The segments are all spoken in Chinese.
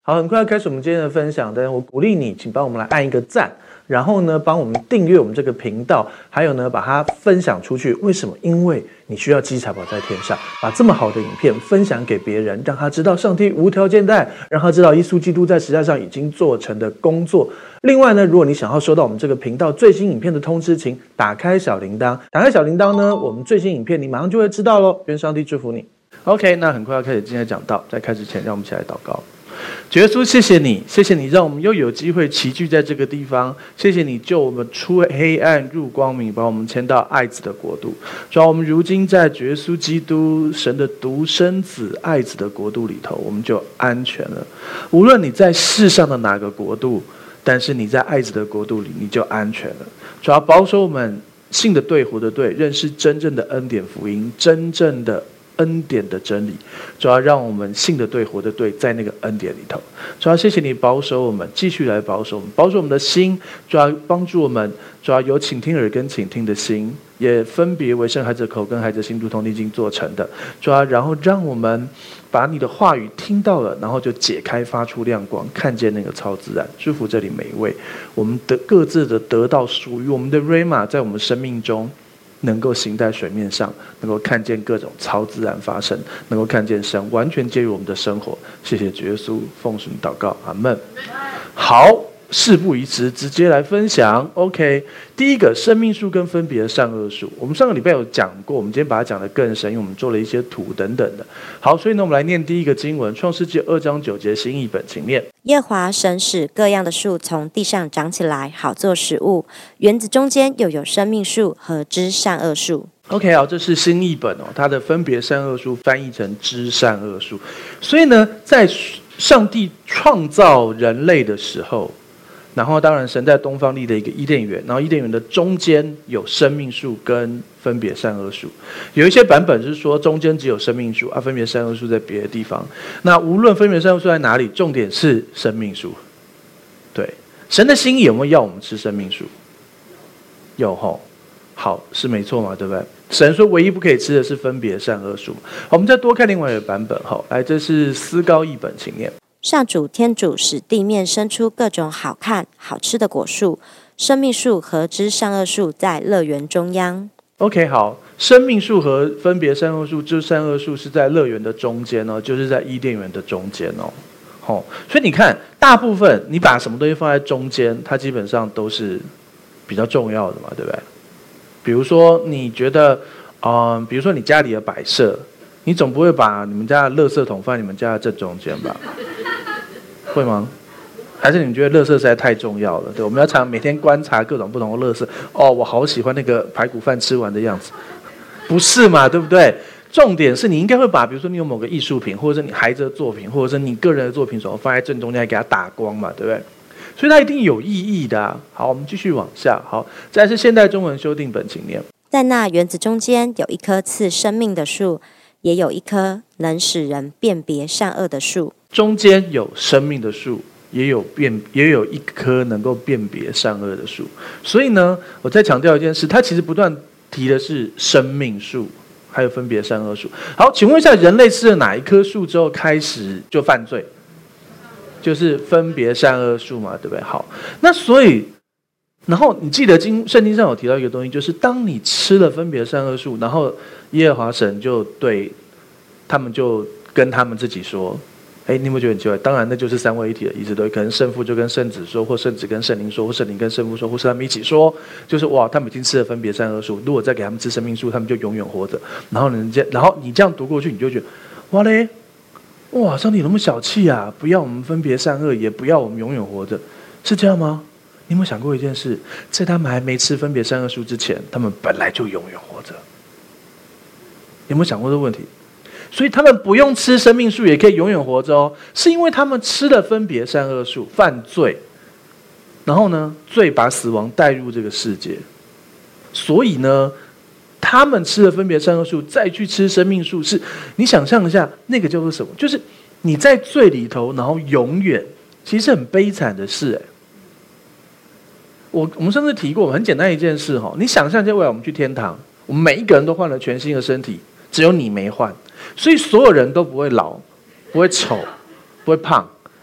好，很快要开始我们今天的分享，但是我鼓励你，请帮我们来按一个赞，然后呢，帮我们订阅我们这个频道，还有呢，把它分享出去。为什么？因为你需要积财宝在天上，把这么好的影片分享给别人，让他知道上帝无条件的爱，让他知道耶稣基督在十字架上已经做成的工作。另外呢，如果你想要收到我们这个频道最新影片的通知，请打开小铃铛。打开小铃铛呢，我们最新影片你马上就会知道咯。愿上帝祝福你。OK， 那很快要开始今天的讲道，在开始前，让我们一起来祷告。主耶稣，谢谢你，谢谢你让我们又有机会齐聚在这个地方，谢谢你救我们出黑暗入光明，把我们迁到爱子的国度。主要我们如今在主耶稣基督神的独生子爱子的国度里头，我们就安全了。无论你在世上的哪个国度，但是你在爱子的国度里，你就安全了。主要保守我们信的对，活的对，认识真正的恩典福音，真正的恩典的真理。主要让我们信的对，活的对，在那个恩典里头。主要谢谢你保守我们，继续来保守我们，保守我们的心。主要帮助我们，主要有倾听耳跟倾听的心，也分别为圣孩子的口跟孩子的心如同你已经做成的。主要然后让我们把你的话语听到了，然后就解开发出亮光，看见那个超自然。祝福这里每一位，我们各自的得到属于我们的 Rhema， 在我们生命中能够行在水面上，能够看见各种超自然发生，能够看见神完全介入我们的生活。谢谢主耶稣，奉主祷告，阿们。好，事不宜迟，直接来分享。OK， 第一个生命树跟分别的善恶树，我们上个礼拜有讲过，我们今天把它讲得更深，因为我们做了一些图等等的。好，所以呢，我们来念第一个经文，创世纪2章9节，新译本，请念。 耶和华神使各样的树从地上长起来，好做食物。园子中间又有生命树和知善恶树。 OK， 好，这是新译本哦，它的分别善恶树翻译成知善恶树。所以呢，在上帝创造人类的时候，然后当然神在东方立了一个伊甸园，然后伊甸园的中间有生命树跟分别善恶树。有一些版本是说中间只有生命树，分别善恶树在别的地方。那无论分别善恶树在哪里，重点是生命树。对，神的心意有没有要我们吃生命树？有吼，好，是没错嘛，对不对？神说唯一不可以吃的是分别善恶树。好，我们再多看另外一个版本。好，来，这是思高译本，请念。 上主天主使地面生出各种好看好吃的果树，生命树和知善恶树在乐园中央。 OK， 好，生命树和分别善恶树、知善恶树是在乐园的中间哦，就是在伊甸园的中间哦。所以你看，大部分你把什么东西放在中间，它基本上都是比较重要的嘛，对不对？比如说你觉得比如说你家里的摆设，你总不会把你们家的垃圾桶放在你们家的正中间吧？会吗？还是你们觉得垃圾实在太重要了？对，我们要每天观察各种不同的垃圾。我好喜欢那个排骨饭吃完的样子，不是嘛？对不对？重点是你应该会把，比如说你有某个艺术品，或者是你孩子的作品，或者是你个人的作品，放在正中间，给它打光嘛，对不对？所以它一定有意义的啊。好，我们继续往下。好，再来是现代中文修订本，请念。 在那园子中间有一棵赐生命的树，也有一棵能使人辨别善恶的树。 中间有生命的树，也有一棵能够辨别善恶的树。所以呢，我再强调一件事，它其实不断提的是生命树，还有分别善恶树。好，请问一下，人类吃了哪一棵树之后开始就犯罪？就是分别善恶树嘛，对不对？好，那所以，然后你记得圣经上有提到一个东西，就是当你吃了分别善恶树，然后耶和华神就对他们就跟他们自己说。你有没有觉得很奇怪？当然，那就是三位一体的意思，对，可能圣父就跟圣子说，或圣子跟圣灵说，或圣灵跟圣父说，或是他们一起说，就是哇，他们已经吃了分别善恶树，如果再给他们吃生命树，他们就永远活着。然后你这样读过去，你就觉得哇嘞，哇，上帝有那么小气啊？不要我们分别善恶，也不要我们永远活着，是这样吗？你有没有想过一件事？在他们还没吃分别善恶树之前，他们本来就永远活着。有没有想过这个问题？所以他们不用吃生命树也可以永远活着哦，是因为他们吃了分别善恶树，犯罪，然后呢，罪把死亡带入这个世界，所以呢，他们吃了分别善恶树，再去吃生命树，是你想象一下，那个叫做什么？就是你在罪里头，然后永远，其实很悲惨的事。我们上次提过，很简单一件事哈，你想象一下，未来我们去天堂，我们每一个人都换了全新的身体，只有你没换。所以所有人都不会老，不会丑，不会胖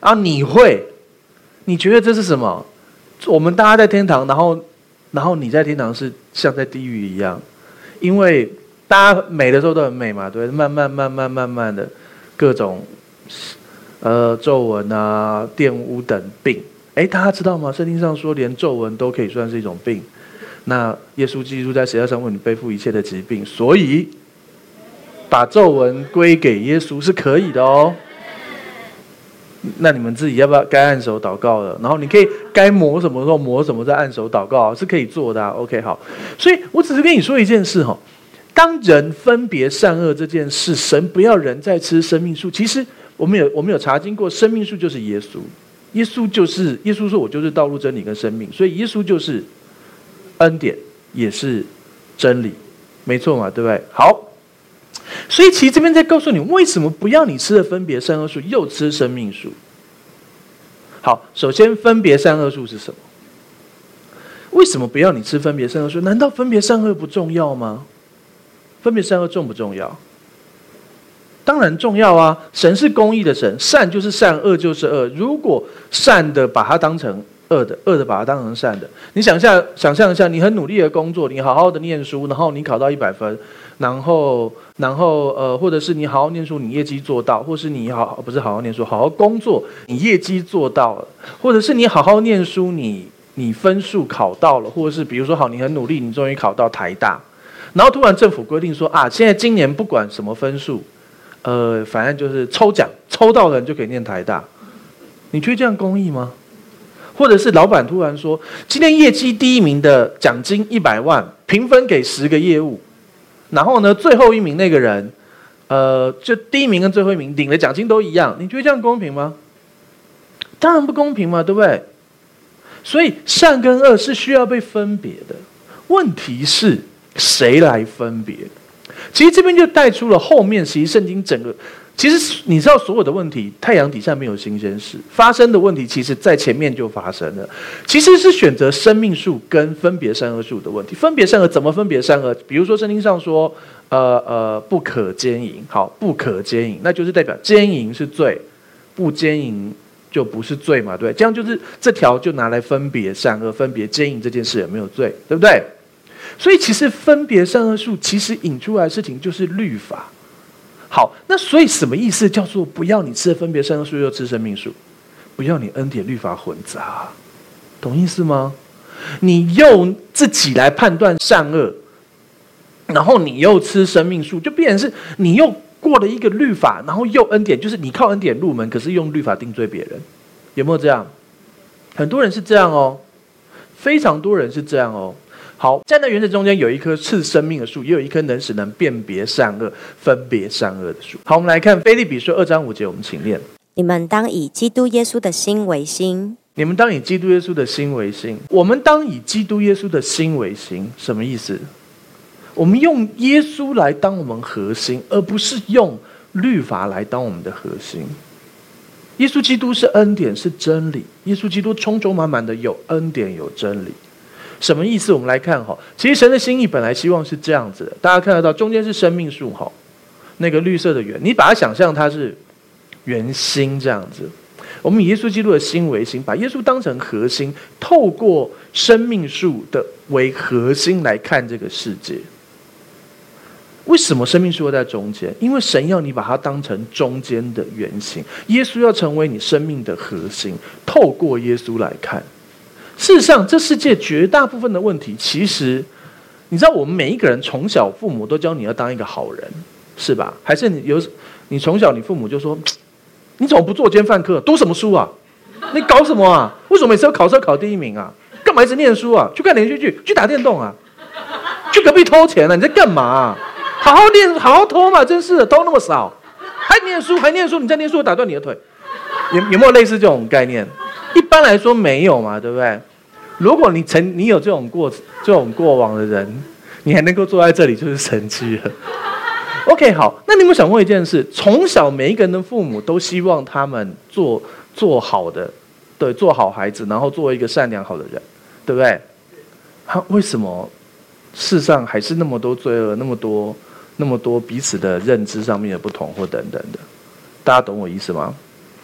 然后你觉得这是什么？我们大家在天堂，然后你在天堂是像在地狱一样，因为大家美的时候都很美嘛，对，慢慢的各种皱纹啊、玷污等病。大家知道吗？圣经上说，连皱纹都可以算是一种病。那耶稣基督在十字架上为你背负一切的疾病，所以把皱纹归给耶稣是可以的哦。那你们自己要不要该按手祷告了？然后你可以该抹什么时候抹什么，再按手祷告是可以做的啊。OK， 好。所以我只是跟你说一件事哈，当人分别善恶这件事，神不要人再吃生命树。其实我们有查经过，生命树就是耶稣，耶稣说我就是道路真理跟生命，所以耶稣就是恩典，也是真理，没错嘛，对不对？好。所以其实这边在告诉你，为什么不要你吃的分别善恶树，又吃生命树？好，首先分别善恶树是什么？为什么不要你吃分别善恶树？难道分别善恶不重要吗？分别善恶重不重要？当然重要啊！神是公义的神，善就是善，恶就是恶。如果善的把它当成恶的，恶的把它当成善的，你想象一下，你很努力的工作，你好好的念书，然后你考到100分，然后或者是你好好念书，你业绩做到，或是你不是好好念书，好好工作，你业绩做到了，或者是你好好念书，你分数考到了，或者是比如说好，你很努力，你终于考到台大，然后突然政府规定说现在今年不管什么分数，反正就是抽奖，抽到的人就可以念台大，你觉得这样公义吗？或者是老板突然说，今天业绩第1名的奖金100万，平分给10个业务，然后呢，最后1名那个人，就第1名跟最后1名领的奖金都一样，你觉得这样公平吗？当然不公平嘛，对不对？所以善跟恶是需要被分别的，问题是谁来分别？其实这边就带出了后面，其实圣经整个。其实你知道，所有的问题，太阳底下没有新鲜事，发生的问题，其实在前面就发生了。其实是选择生命树跟分别善恶树的问题。分别善恶怎么分别善恶？比如说圣经上说，不可奸淫，好，不可奸淫，那就是代表奸淫是罪，不奸淫就不是罪嘛，对，这样就是这条就拿来分别善恶，分别奸淫这件事有没有罪，对不对？所以其实分别善恶树其实引出来的事情就是律法。好，那所以什么意思？叫做不要你吃的分别善恶树又吃生命树，不要你恩典律法混杂，懂意思吗？你用自己来判断善恶，然后你又吃生命树，就变成是你又过了一个律法，然后又恩典，就是你靠恩典入门，可是用律法定罪别人，有没有这样？很多人是这样哦，非常多人是这样哦。好，在那园子中间有一棵赐生命的树，也有一棵能使人辨别善恶、分别善恶的树。好，我们来看腓立比书2章5节，我们请念： 你们当以基督耶稣的心为心。 你们当以基督耶稣的心为心。我们当以基督耶稣的心为心，什么意思？我们用耶稣来当我们核心，而不是用律法来当我们的核心。耶稣基督是恩典，是真理。耶稣基督充充满满的有恩典，有真理。什么意思？我们来看哈，其实神的心意本来希望是这样子的，大家看得到中间是生命树哈，那个绿色的圆，你把它想象它是圆心这样子。我们以耶稣基督的心为心，把耶稣当成核心，透过生命树的为核心来看这个世界。为什么生命树会在中间？因为神要你把它当成中间的圆心，耶稣要成为你生命的核心，透过耶稣来看。事实上，这世界绝大部分的问题，其实你知道，我们每一个人从小父母都教你要当一个好人，是吧？还是你从小你父母就说，你怎么不作奸犯科？读什么书啊？你搞什么啊？为什么每次要考试考第1名啊？干嘛一直念书啊？去看连续剧，去打电动啊？去隔壁偷钱啊？你在干嘛啊？好好练，好好偷嘛！真是的，偷那么少，还念书，你在念书，我打断你的腿。有没有类似这种概念？一般来说没有嘛，对不对？如果你有这种过往的人，你还能够坐在这里，就是神迹了。OK， 好，那你有没有想过一件事？从小每一个人的父母都希望他们做好的，对，做好孩子，然后做一个善良好的人，对不对？为什么世上还是那么多罪恶，那么多彼此的认知上面的不同或等等的？大家懂我意思吗？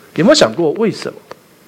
有没有想过为什么？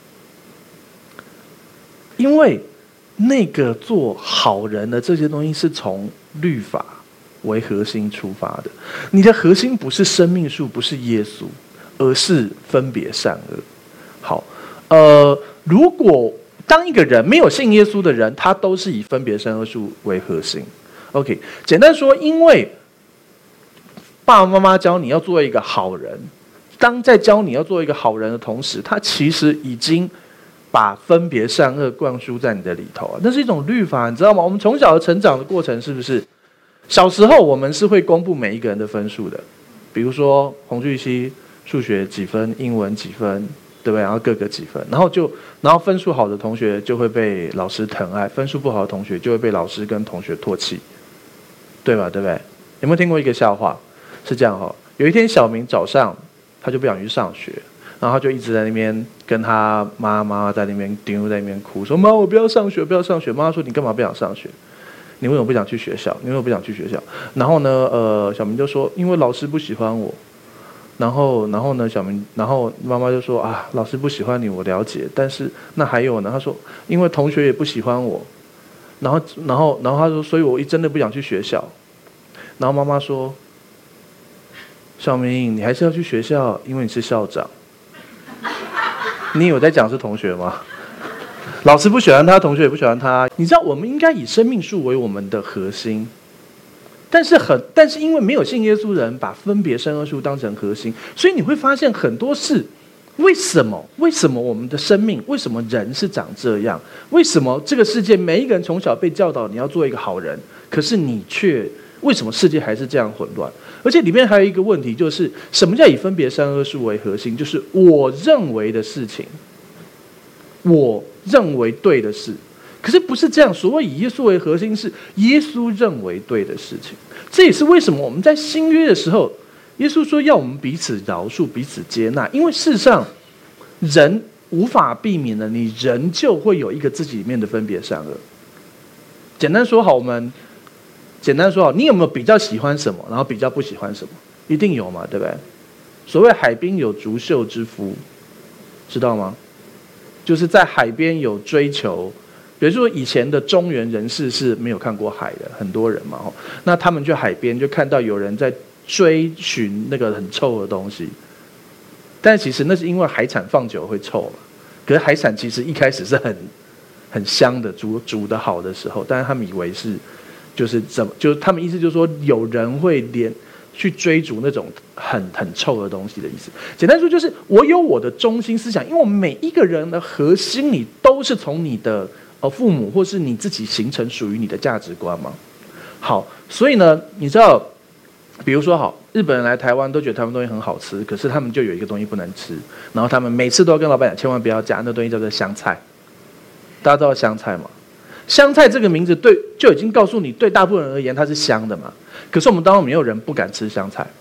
因为那个做好人的这些东西是从律法为核心出发的，你的核心不是生命树，不是耶稣，而是分别善恶。好，如果当一个人没有信耶稣的人，他都是以分别善恶树为核心。OK， 简单说，因为爸爸妈妈教你要做一个好人，当在教你要做一个好人的同时，他其实已经把分别善恶灌输在你的里头啊，那是一种律法，你知道吗？我们从小的成长的过程是不是？小时候我们是会公布每一个人的分数的，比如说洪巨熙数学几分，英文几分，对不对？然后各个几分，然后分数好的同学就会被老师疼爱，分数不好的同学就会被老师跟同学唾弃，对吧？对不对？有没有听过一个笑话？是这样哈，有一天小明早上他就不想去上学。然后他就一直在那边跟他妈在那边丢，在那边哭，说：“妈，我不要上学，不要上学。”妈妈说：“你干嘛不想上学？你为什么不想去学校？你为什么不想去学校？”然后呢，小明就说：“因为老师不喜欢我。”然后呢，然后妈妈就说：“啊，老师不喜欢你，我了解。但是那还有呢？”他说：“因为同学也不喜欢我。”然后他说：“所以我真的不想去学校。”然后妈妈说：“小明，你还是要去学校，因为你是校长。”你有在讲是同学吗？老师不喜欢他，同学也不喜欢他。你知道，我们应该以生命树为我们的核心，但是因为没有信耶稣的人把分别善恶树当成核心，所以你会发现很多事。为什么我们的生命，为什么人是长这样？为什么这个世界每一个人从小被教导你要做一个好人，可是你却为什么世界还是这样混乱？而且里面还有一个问题，就是什么叫以分别善恶树为核心？就是我认为的事情，我认为对的事，可是不是这样。所谓以耶稣为核心，是耶稣认为对的事情。这也是为什么我们在新约的时候，耶稣说要我们彼此饶恕、彼此接纳，因为事实上人无法避免的，你人就会有一个自己里面的分别善恶。简单说好，你有没有比较喜欢什么，然后比较不喜欢什么？一定有嘛，对不对？所谓海滨有竹秀之夫，知道吗？就是在海边有追求，比如说以前的中原人士是没有看过海的，很多人嘛，那他们去海边就看到有人在追寻那个很臭的东西，但其实那是因为海产放久会臭嘛。可是海产其实一开始是很香的，煮得好的时候，但是他们以为是。就是他们意思就是说，有人会去追逐那种很臭的东西的意思。简单说就是，我有我的中心思想，因为我们每一个人的核心里都是从你的父母或是你自己形成属于你的价值观嘛。好，所以呢，你知道，比如说好，日本人来台湾都觉得台湾东西很好吃，可是他们就有一个东西不能吃，然后他们每次都要跟老板讲，千万不要加那东西，叫做香菜。大家知道香菜吗？香菜这个名字就已经告诉你，对大部分人而言它是香的嘛。可是我们当中没有人不敢吃香菜。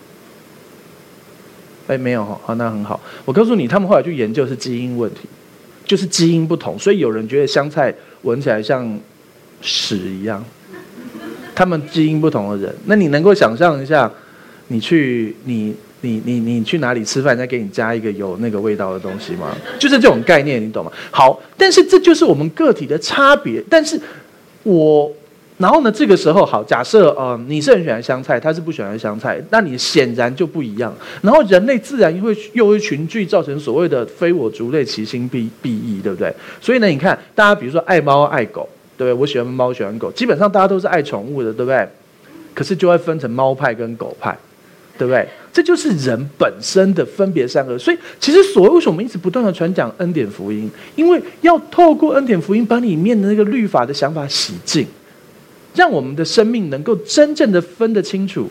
没有好，那很好。我告诉你，他们后来去研究是基因问题，就是基因不同，所以有人觉得香菜闻起来像屎一样。他们基因不同的人，那你能够想象一下，你去哪里吃饭，再给你加一个有那个味道的东西吗？就是这种概念，你懂吗？好，但是这就是我们个体的差别。但是然后呢，这个时候好，假设你是很喜欢香菜，他是不喜欢香菜，那你显然就不一样。然后人类自然又会群聚，造成所谓的非我族类，其心必异，对不对？所以呢，你看大家比如说爱猫爱狗，对不对？我喜欢猫喜欢狗，基本上大家都是爱宠物的，对不对？可是就会分成猫派跟狗派。对不对？这就是人本身的分别善恶。所以其实为什么我们一直不断的传讲恩典福音？因为要透过恩典福音把里面的那个律法的想法洗净，让我们的生命能够真正的分得清楚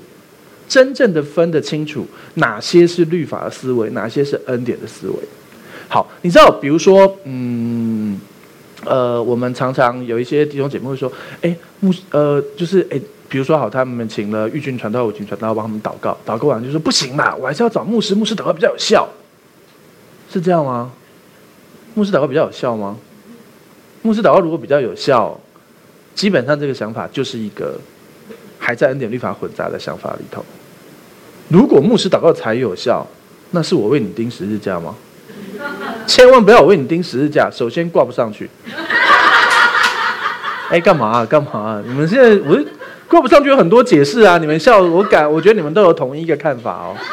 哪些是律法的思维，哪些是恩典的思维。好，你知道比如说我们常常有一些弟兄姐妹会说，比如说好，他们请了玉军传道、武军传道帮他们祷告，祷告完就说不行啦，我还是要找牧师祷告比较有效，是这样吗？牧师祷告比较有效吗？牧师祷告如果比较有效，基本上这个想法就是一个还在恩典律法混杂的想法里头。如果牧师祷告才有效，那是我为你钉十字架吗？ 千万不要我为你钉十字架，首先挂不上去。干嘛啊？干嘛啊？你们现在挂不上去有很多解释啊！你们笑我觉得你们都有同一个看法哦。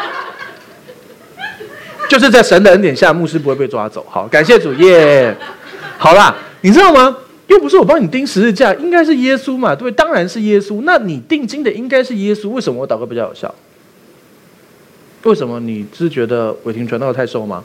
就是在神的恩典下，牧师不会被抓走。好，感谢主耶。好啦，你知道吗？又不是我帮你钉十字架，应该是耶稣嘛？对，当然是耶稣。那你定睛的应该是耶稣，为什么我祷告比较有效？为什么你是觉得伟霆传道太瘦吗？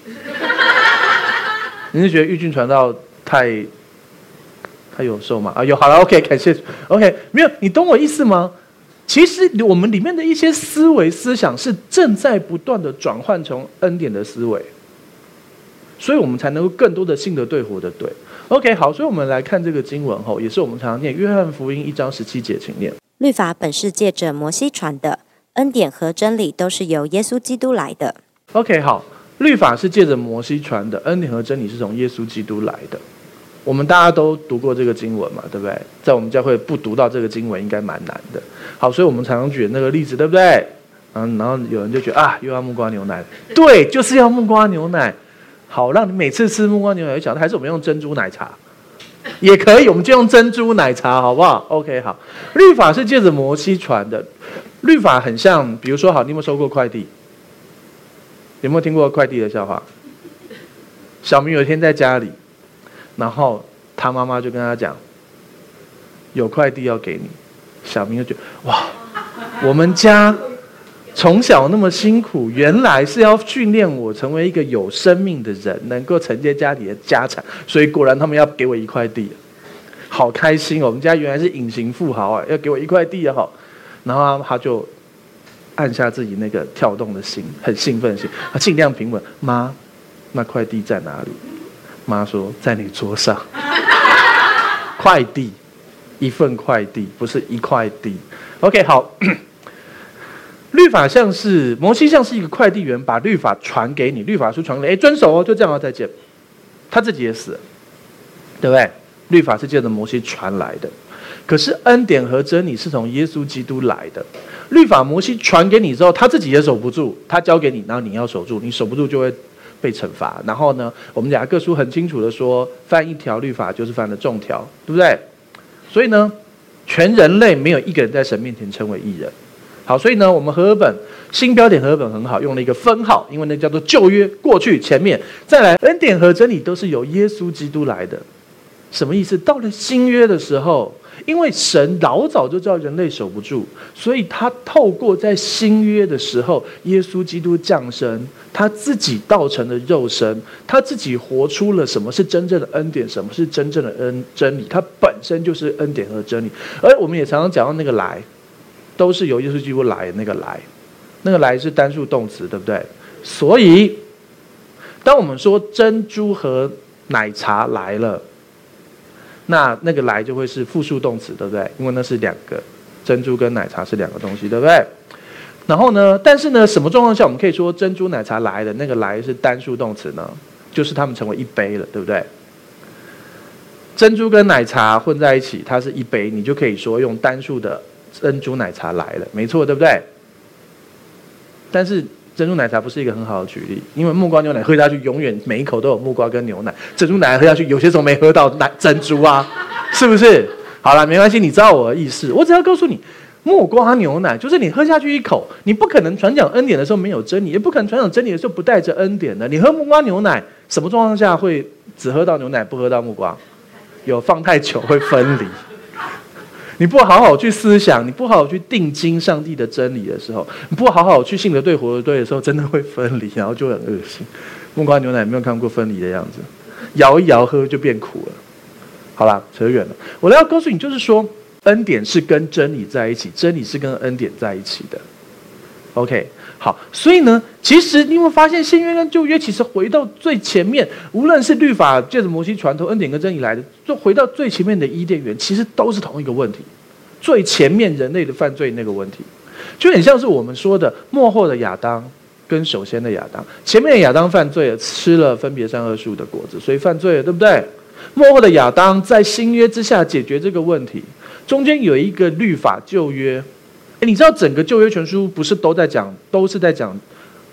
你是觉得玉俊传道太有瘦吗？有，好了 ，OK， 感谢 ，OK， 没有，你懂我意思吗？其实我们里面的一些思维思想是正在不断的转换成恩典的思维，所以我们才能够更多的信得对活得对。OK， 好，所以我们来看这个经文后，也是我们常常念约翰福音1章17节，请念。 律法本是借着摩西传的，恩典和真理都是由耶稣基督来的。 OK， 好，律法是借着摩西传的，恩典和真理是从耶稣基督来的。我们大家都读过这个经文嘛，对不对？在我们教会不读到这个经文应该蛮难的。好，所以我们常常举那个例子，对不对？然后有人就觉得又要木瓜牛奶，对，就是要木瓜牛奶。好，让你每次吃木瓜牛奶就想到，还是我们用珍珠奶茶也可以，我们就用珍珠奶茶，好不好 ？OK， 好。律法是借着摩西传的，律法很像，比如说，好，你有没有收过快递？有没有听过快递的笑话？小明有一天在家里，然后他妈妈就跟他讲，有快递要给你。小明就觉得哇，我们家从小那么辛苦，原来是要训练我成为一个有生命的人，能够承接家里的家产，所以果然他们要给我一块地，好开心哦！我们家原来是隐形富豪要给我一块地好，然后他就按下自己那个跳动的心，很兴奋的心，他尽量平稳。妈，那块地在哪里？妈说在你桌上。快递，一份快递，不是一块地。OK， 好。律法像是摩西像是一个快递员，把律法传给你，律法书传给你，遵守哦，就这样再见。他自己也死了，对不对？律法是借着摩西传来的，可是恩典和真理是从耶稣基督来的。律法摩西传给你之后，他自己也守不住，他交给你，然后你要守住，你守不住就会被惩罚。然后呢，我们雅各书很清楚的说，犯一条律法就是犯了众条，对不对？所以呢，全人类没有一个人在神面前称为义人。好，所以呢，我们和合本新标点和合本很好，用了一个分号，因为那叫做旧约，过去前面，再来恩典和真理都是由耶稣基督来的。什么意思？到了新约的时候，因为神老早就知道人类守不住，所以他透过在新约的时候，耶稣基督降生，他自己道成了肉身，他自己活出了什么是真正的恩典，什么是真正的真理，他本身就是恩典和真理。而我们也常常讲到那个来，都是由耶稣基督来的那个来，那个来是单数动词，对不对？所以，当我们说珍珠和奶茶来了，那个来就会是复数动词，对不对？因为那是两个，珍珠跟奶茶是两个东西，对不对？然后呢，但是呢，什么状况下我们可以说珍珠奶茶来了，那个来是单数动词呢？就是他们成为一杯了，对不对？珍珠跟奶茶混在一起，它是一杯，你就可以说用单数的珍珠奶茶来了，没错，对不对？但是珍珠奶茶不是一个很好的举例，因为木瓜牛奶喝下去，永远每一口都有木瓜跟牛奶；珍珠奶茶喝下去，有些时候没喝到珍珠啊，是不是？好了，没关系，你知道我的意思，我只要告诉你，木瓜牛奶就是你喝下去一口，你不可能传讲恩典的时候没有真理，也不可能传讲真理的时候不带着恩典的。你喝木瓜牛奶，什么状况下会只喝到牛奶，不喝到木瓜？有放太久会分离。你不好好去思想，你不好好去定睛上帝的真理的时候，你不好好去信得对活得对的时候，真的会分离，然后就很恶心。木瓜牛奶没有看过分离的样子，摇一摇喝就变苦了。好啦，扯远了。我要告诉你，就是说，恩典是跟真理在一起，真理是跟恩典在一起的。OK， 好，所以呢，其实你会发现新约跟旧约其实回到最前面，无论是律法借着摩西传透，恩典跟真理来的，就回到最前面的伊甸园，其实都是同一个问题，最前面人类的犯罪那个问题，就很像是我们说的末后的亚当跟首先的亚当，前面的亚当犯罪了，吃了分别善恶树的果子，所以犯罪了，对不对？末后的亚当在新约之下解决这个问题，中间有一个律法旧约。你知道整个旧约全书不是都是在讲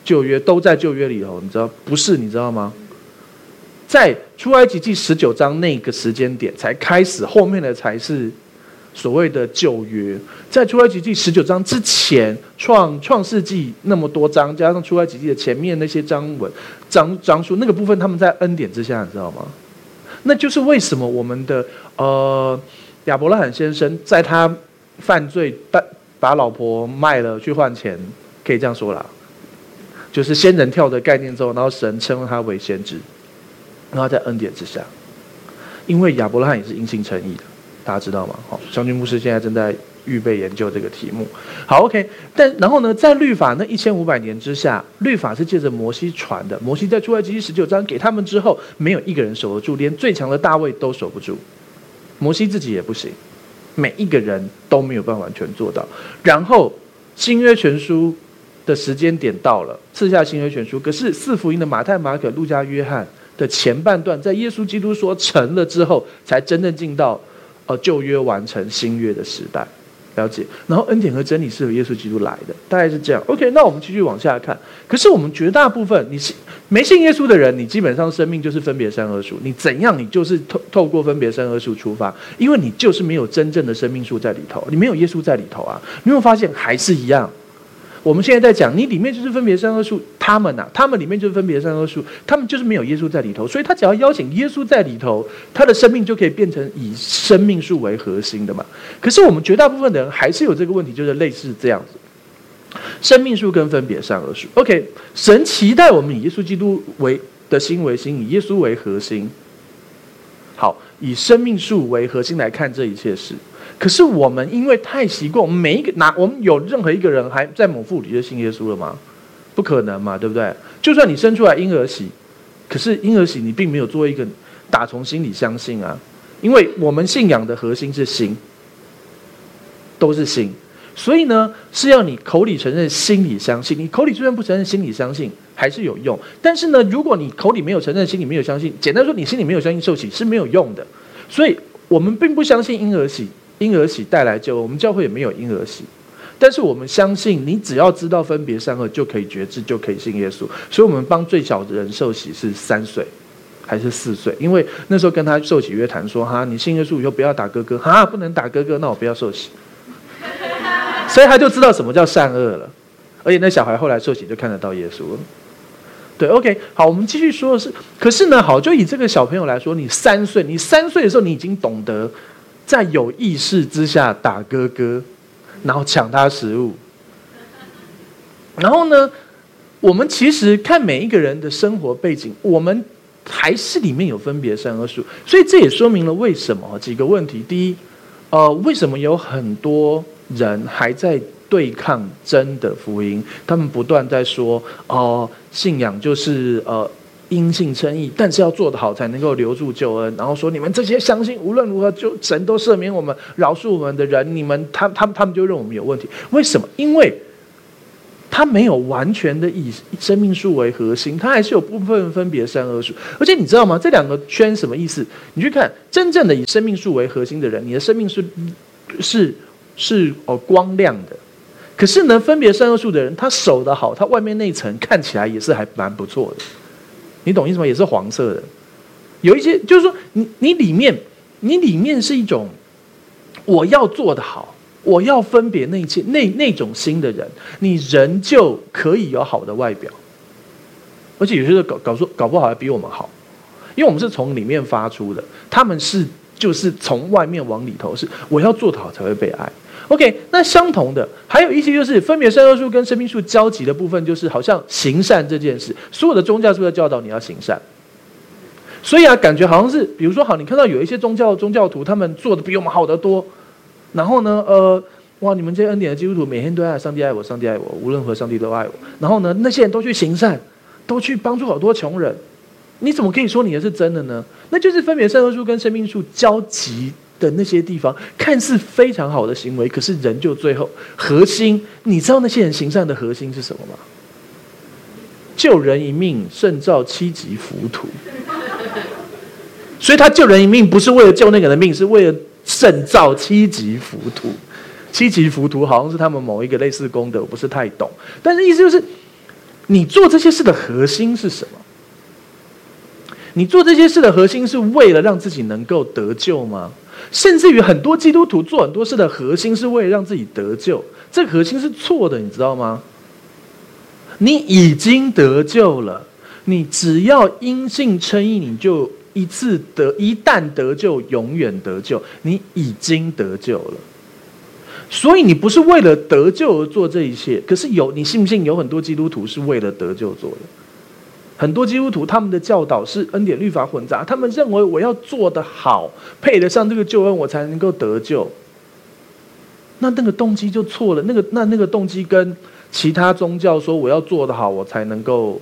旧约都在旧约里头，你知道不是？你知道吗？在出埃及记19章那个时间点才开始，后面的才是所谓的旧约。在出埃及记19章之前，创世纪那么多章，加上出埃及记的前面那些章数，那个部分他们在恩典之下，你知道吗？那就是为什么我们的亚伯拉罕先生在他犯罪把老婆卖了去换钱，可以这样说啦，就是仙人跳的概念之后，然后神称他为先知。然后在恩典之下，因为亚伯拉罕也是因信称义的，大家知道吗？好，将军牧师现在正在预备研究这个题目。好 ，OK。然后呢，在律法那1500年之下，律法是借着摩西传的。摩西在出埃及记19章给他们之后，没有一个人守得住，连最强的大卫都守不住，摩西自己也不行，每一个人都没有办法完全做到。然后新约全书的时间点到了，赐下新约全书，可是4福音的马太、马可、路加、约翰的前半段，在耶稣基督说成了之后，才真正进到旧约完成新约的时代，了解？然后恩典和真理是由耶稣基督来的，大概是这样。OK， 那我们继续往下看。可是我们绝大部分，你没信耶稣的人，你基本上生命就是分别善恶树，你怎样，你就是透过分别善恶树出发，因为你就是没有真正的生命树在里头，你没有耶稣在里头啊。你有没有发现还是一样？我们现在在讲，你里面就是分别善恶树，他们里面就是分别善恶树，他们就是没有耶稣在里头，所以他只要邀请耶稣在里头，他的生命就可以变成以生命树为核心的嘛。可是我们绝大部分的人还是有这个问题，就是类似这样子，生命树跟分别善恶树。OK， 神期待我们以耶稣基督的心为心，以耶稣为核心，好，以生命树为核心来看这一切事。可是我们因为太习惯，我们有任何一个人还在母腹里就信耶稣了吗？不可能嘛，对不对？就算你生出来婴儿洗，可是婴儿洗你并没有做一个打从心里相信啊，因为我们信仰的核心是心，都是心，所以呢是要你口里承认，心里相信。你口里就算不承认，心里相信还是有用。但是呢，如果你口里没有承认，心里没有相信，简单说，你心里没有相信受洗是没有用的。所以我们并不相信婴儿洗带来救恩，我们教会也没有婴儿洗，但是我们相信你只要知道分别善恶就可以决志，就可以信耶稣。所以我们帮最小的人受洗是3岁还是4岁，因为那时候跟他受洗约谈说，哈，你信耶稣以后不要打哥哥，哈，不能打哥哥，那我不要受洗。所以他就知道什么叫善恶了，而且那小孩后来受洗就看得到耶稣了。对 ，OK， 好，我们继续说的是，可是呢，好，就以这个小朋友来说，你3岁的时候，你已经懂得在有意识之下打哥哥，然后抢他食物。然后呢，我们其实看每一个人的生活背景，我们还是里面有分别善恶树，所以这也说明了为什么几个问题。第一，为什么有很多人还在对抗真的福音？他们不断在说，信仰就是因信称义，但是要做得好才能够留住救恩。然后说你们这些相信无论如何就神都赦免我们、饶恕我们的人，他们就认为我们有问题。为什么？因为他没有完全的以生命树为核心，他还是有部分分别善恶树。而且你知道吗？这两个圈什么意思？你去看真正的以生命树为核心的人，你的生命是光亮的。可是呢，分别善恶树的人，他守得好，他外面那一层看起来也是还蛮不错的。你懂意思吗？也是黄色的。有一些就是说，你里面是一种我要做得好，我要分别那一切那种心的人，你人就可以有好的外表，而且有些时候搞不好还比我们好，因为我们是从里面发出的，他们就是从外面往里头，是我要做得好才会被爱。OK， 那相同的还有一些就是分别善恶树跟生命树交集的部分，就是好像行善这件事，所有的宗教是不是教导你要行善？所以感觉好像是，比如说好，你看到有一些宗教徒，他们做的比我们好得多，然后呢，哇，你们这些恩典的基督徒每天都爱上帝爱我，上帝爱我，无论何上帝都爱我。然后呢，那些人都去行善，都去帮助好多穷人，你怎么可以说你的是真的呢？那就是分别善恶树跟生命树交集的那些地方，看似非常好的行为，可是人就最后核心，你知道那些人行善的核心是什么吗？救人一命胜造7级浮屠。所以他救人一命不是为了救那个人的命，是为了胜造7级浮屠。7级浮屠好像是他们某一个类似功德，我不是太懂。但是意思就是， 你做这些事的核心是什么？你做这些事的核心是为了让自己能够得救吗？甚至于很多基督徒做很多事的核心是为了让自己得救，这个核心是错的，你知道吗？你已经得救了，你只要因信称义，你就一旦得救，永远得救，你已经得救了。所以你不是为了得救而做这一切，可是你信不信有很多基督徒是为了得救做的？很多基督徒他们的教导是恩典律法混杂，他们认为我要做得好，配得上这个救恩，我才能够得救。那个动机就错了，那个动机跟其他宗教说我要做得好，我才能够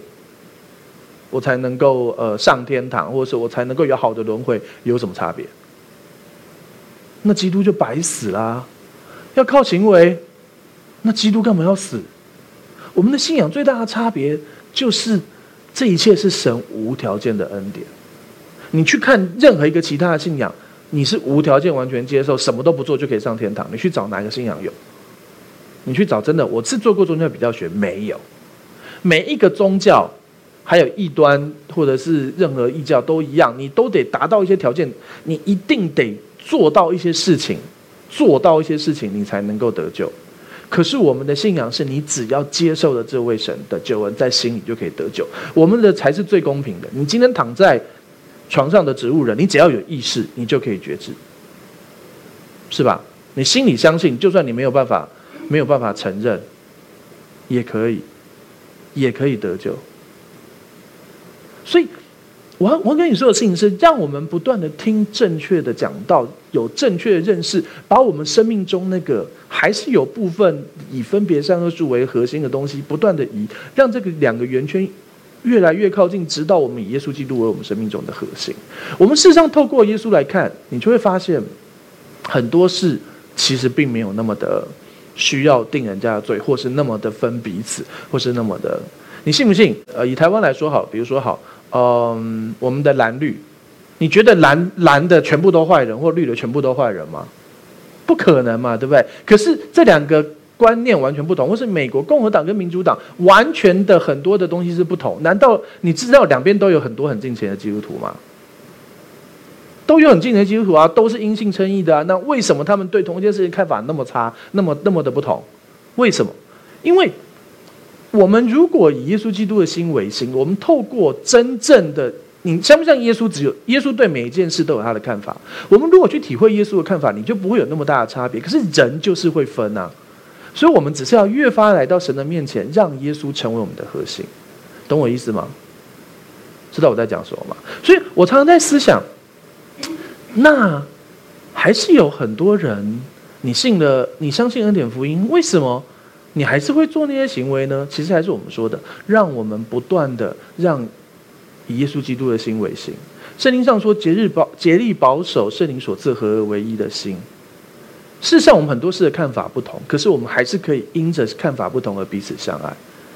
上天堂，或者是我才能够有好的轮回，有什么差别？那基督就白死啦！要靠行为，那基督干嘛要死？我们的信仰最大的差别就是这一切是神无条件的恩典。你去看任何一个其他的信仰，你是无条件完全接受，什么都不做就可以上天堂，你去找哪个信仰有？你去找真的，我是做过宗教比较学，没有。每一个宗教还有异端或者是任何异教都一样，你都得达到一些条件，你一定得做到一些事情，你才能够得救。可是我们的信仰是你只要接受了这位神的救恩，在心里就可以得救。我们的才是最公平的。你今天躺在床上的植物人，你只要有意识，你就可以觉知，是吧？你心里相信，就算你没有办法承认，也可以得救。所以我跟你说的事情是，让我们不断的听正确的讲道，有正确的认识，把我们生命中那个还是有部分以分别善恶树为核心的东西不断的移，让这个两个圆圈越来越靠近，直到我们以耶稣基督为我们生命中的核心。我们事实上透过耶稣来看，你就会发现很多事其实并没有那么的需要定人家的罪，或是那么的分彼此，或是那么的，你信不信？以台湾来说好，比如说我们的蓝绿，你觉得蓝的全部都坏人，或绿的全部都坏人吗？不可能嘛，对不对？可是这两个观念完全不同，或是美国共和党跟民主党完全的很多的东西是不同。难道你知道两边都有很多很敬虔的基督徒吗？都有很敬虔的基督徒啊，都是因信称义的啊。那为什么他们对同一件事情看法那么差，那么的不同？为什么？因为我们如果以耶稣基督的心为心，我们透过真正的，你像不像耶稣？只有耶稣对每一件事都有他的看法。我们如果去体会耶稣的看法，你就不会有那么大的差别。可是人就是会分啊，所以我们只是要越发来到神的面前，让耶稣成为我们的核心。懂我意思吗？知道我在讲什么吗？所以我常常在思想，那还是有很多人，你相信恩典福音，为什么你还是会做那些行为呢？其实还是我们说的，让我们不断的让以耶稣基督的心为心。圣经上说，竭力保守圣灵所赐合而为一的心。事实上，我们很多事的看法不同，可是我们还是可以因着看法不同而彼此相爱，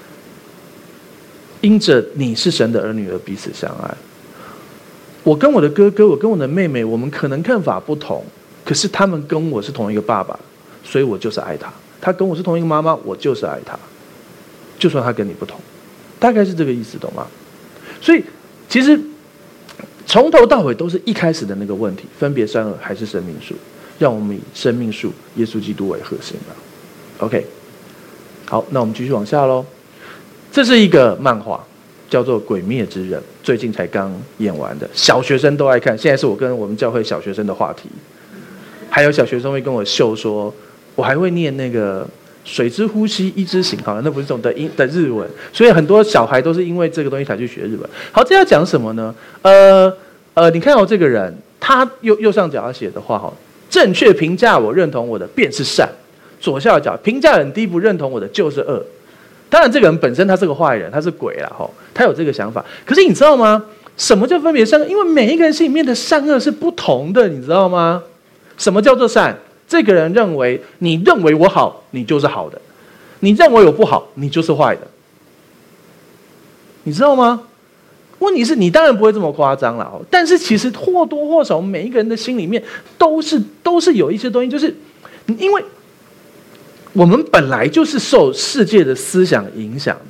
因着你是神的儿女而彼此相爱。我跟我的哥哥，我跟我的妹妹，我们可能看法不同，可是他们跟我是同一个爸爸，所以我就是爱他。他跟我是同一个妈妈，我就是爱他，就算他跟你不同，大概是这个意思，懂吗？所以其实从头到尾都是一开始的那个问题，分别善恶还是生命树，让我们以生命树耶稣基督为核心吧。OK， 好，那我们继续往下咯。这是一个漫画，叫做《鬼灭之刃》，最近才刚演完的，小学生都爱看，现在是我跟我们教会小学生的话题。还有小学生会跟我秀说，我还会念那个水之呼吸一之行，好了，那不是这种的日文，所以很多小孩都是因为这个东西才去学日文。好，这要讲什么呢？你看到这个人，他右上角要写的话，正确评价我、认同我的便是善；左下角评价很低、不认同我的就是恶。当然，这个人本身他是个坏人，他是鬼啦，他有这个想法。可是你知道吗？什么叫分别善恶？因为每一个人心里面的善恶是不同的，你知道吗？什么叫做善？这个人你认为我好，你就是好的；你认为我不好，你就是坏的。你知道吗？问题是你当然不会这么夸张啦，但是其实或多或少，每一个人的心里面都是有一些东西，就是因为我们本来就是受世界的思想影响的。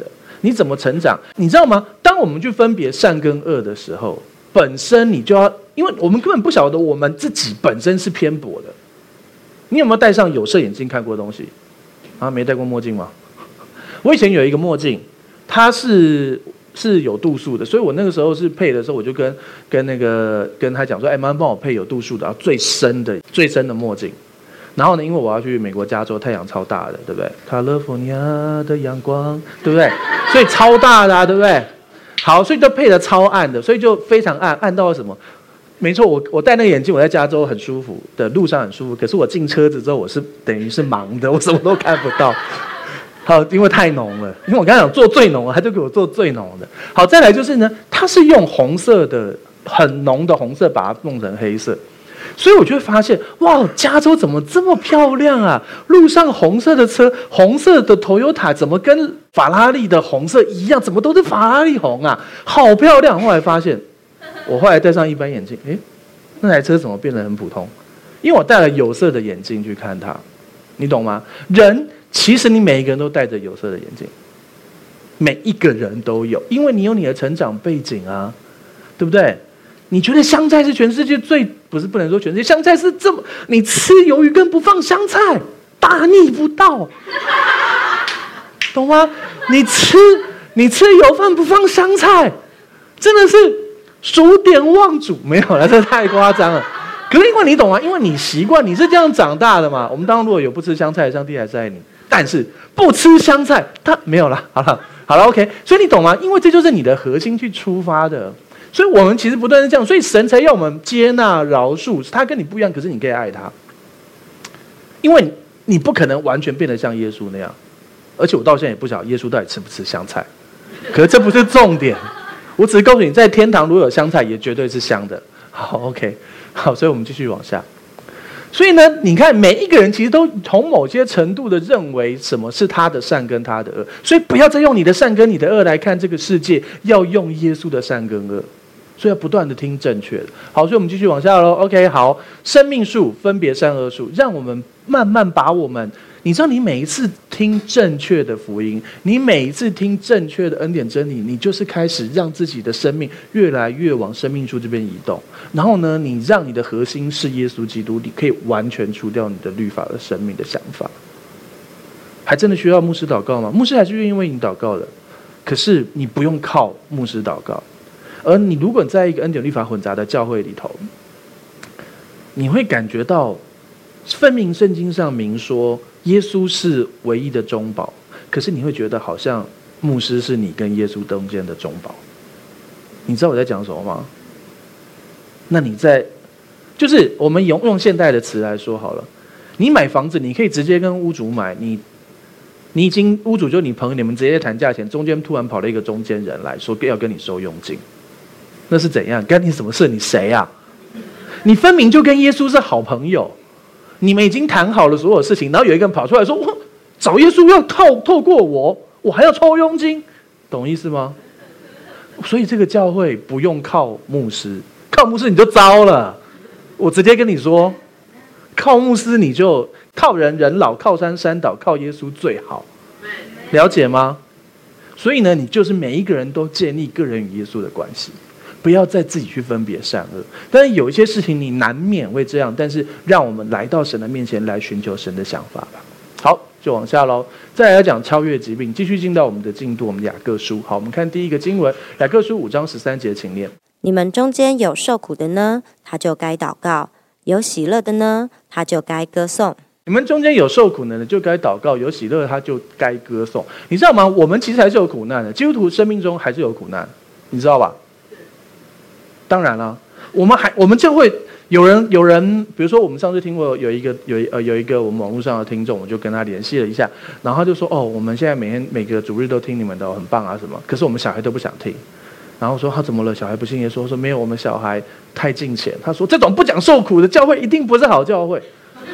你怎么成长？你知道吗？当我们去分别善跟恶的时候，本身你就要，因为我们根本不晓得我们自己本身是偏颇的。你有没有戴上有色眼镜看过东西？啊，没戴过墨镜吗？我以前有一个墨镜，它是有度数的，所以我那个时候是配的时候，我就跟他讲说，妈妈帮我配有度数的，最深的墨镜。然后呢，因为我要去美国加州，太阳超大的，对不对 ？California 的阳光，对不对？所以超大的，对不对？好，所以就配的超暗的，所以就非常暗，暗到什么？没错，我戴那个眼镜，我在加州很舒服的路上很舒服，可是我进车子之后，我是等于是盲的，我什么都看不到。好，因为太浓了，因为我刚才讲做最浓了，他就给我做最浓的。好，再来就是呢，他是用红色的很浓的红色把它弄成黑色。所以我就会发现，哇，加州怎么这么漂亮啊？路上红色的车，红色的 Toyota 怎么跟法拉利的红色一样？怎么都是法拉利红啊？好漂亮！后来发现，我后来戴上一般眼镜，那台车怎么变得很普通？因为我戴了有色的眼镜去看它，你懂吗？人其实你每一个人都戴着有色的眼镜，每一个人都有，因为你有你的成长背景啊，对不对？你觉得香菜是全世界不能说全世界，香菜是这么，你吃鱿鱼羹不放香菜，大逆不道，懂吗？你吃油饭不放香菜，真的是数典忘祖，没有了，这太夸张了。可是因为你懂吗？因为你习惯，你是这样长大的嘛。我们当中如果有不吃香菜，上帝还是爱你；但是不吃香菜，他没有了，好了 ，OK。所以你懂吗？因为这就是你的核心去出发的。所以我们其实不断是这样，所以神才要我们接纳、饶恕。他跟你不一样，可是你可以爱他，因为你不可能完全变得像耶稣那样。而且我到现在也不晓得耶稣到底吃不吃香菜，可是这不是重点。我只是告诉你，在天堂如果有香菜，也绝对是香的。好 ，OK， 好，所以我们继续往下。所以呢，你看每一个人其实都从某些程度的认为什么是他的善跟他的恶，所以不要再用你的善跟你的恶来看这个世界，要用耶稣的善跟恶。所以要不断的听正确的。好，所以我们继续往下咯。OK， 好，生命树分别善恶树，让我们慢慢把我们，你知道你每一次听正确的福音，你每一次听正确的恩典真理，你就是开始让自己的生命越来越往生命树这边移动。然后呢，你让你的核心是耶稣基督，你可以完全除掉你的律法的生命的想法。还真的需要牧师祷告吗？牧师还是愿意为你祷告的，可是你不用靠牧师祷告。而你如果在一个恩典律法混杂的教会里头，你会感觉到分明圣经上明说耶稣是唯一的中保，可是你会觉得好像牧师是你跟耶稣中间的中保。你知道我在讲什么吗？那你就是我们用现代的词来说好了，你买房子你可以直接跟屋主买，你已经屋主就你朋友，你们直接谈价钱，中间突然跑了一个中间人来说要跟你收佣金，那是怎样？干你什么事？你谁啊？你分明就跟耶稣是好朋友，你们已经谈好了所有事情，然后有一个人跑出来说，找耶稣要透过我还要抽佣金，懂意思吗？所以这个教会不用靠牧师，靠牧师你就糟了。我直接跟你说，靠牧师你就靠人老，靠山倒，靠耶稣最好，了解吗？所以呢，你就是每一个人都建立个人与耶稣的关系，不要再自己去分别善恶。但是有一些事情你难免会这样，但是让我们来到神的面前来寻求神的想法吧。好，就往下咯。再来要讲超越疾病，继续进到我们的进度，我们雅各书。好，我们看第一个经文，雅各书5章13节，请念。 你们中间有受苦的呢，他就该祷告；有喜乐的呢，他就该歌颂。 你们中间有受苦难的，就该祷告；有喜乐，他就该歌颂。你知道吗？我们其实还是有苦难的，基督徒生命中还是有苦难，你知道吧？当然了，我们就会有人，比如说我们上次听过有一个我们网络上的听众，我就跟他联系了一下，然后他就说我们现在每个主日都听你们的，很棒啊什么，可是我们小孩都不想听。然后说他怎么了？小孩不信耶稣？说没有，我们小孩太敬虔。他说这种不讲受苦的教会一定不是好教会。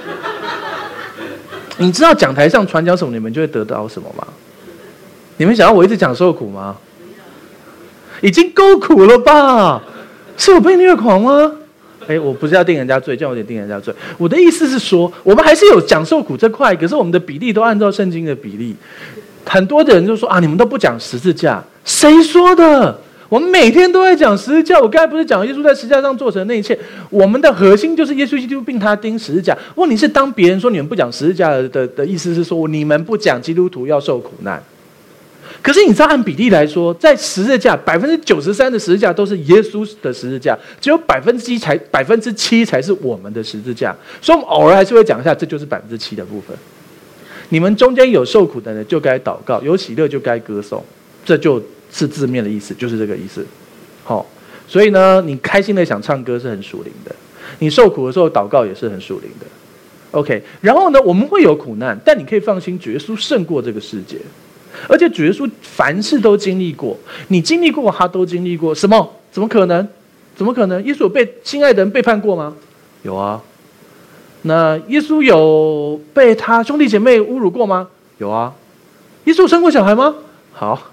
你知道讲台上传讲什么，你们就会得到什么吗？你们想要我一直讲受苦吗？已经够苦了吧？是我被虐狂吗？我不是要定人家罪，这样有点定人家罪。我的意思是说，我们还是有讲受苦这块，可是我们的比例都按照圣经的比例。 很多的人就说啊，你们都不讲十字架，谁说的？我们每天都在讲十字架。我刚才不是讲耶稣在十字架上做成的那一切，我们的核心就是耶稣基督并他钉十字架。问题是，当别人说你们不讲十字架的意思是说，你们不讲基督徒要受苦难。可是你知道，按比例来说，在十字架93%的十字架都是耶稣的十字架，只有7%才是我们的十字架。所以我们偶尔还是会讲一下，这就是7%的部分。你们中间有受苦的人，就该祷告；有喜乐就该歌颂。这就是字面的意思，就是这个意思。好，所以呢，你开心的想唱歌是很属灵的，你受苦的时候祷告也是很属灵的。OK， 然后呢，我们会有苦难，但你可以放心，主耶稣胜过这个世界。而且主耶稣凡事都经历过，你经历过，他都经历过。什么？怎么可能？怎么可能？耶稣有被心爱的人背叛过吗？有啊。那耶稣有被他兄弟姐妹侮辱过吗？有啊。耶稣有生过小孩吗？好，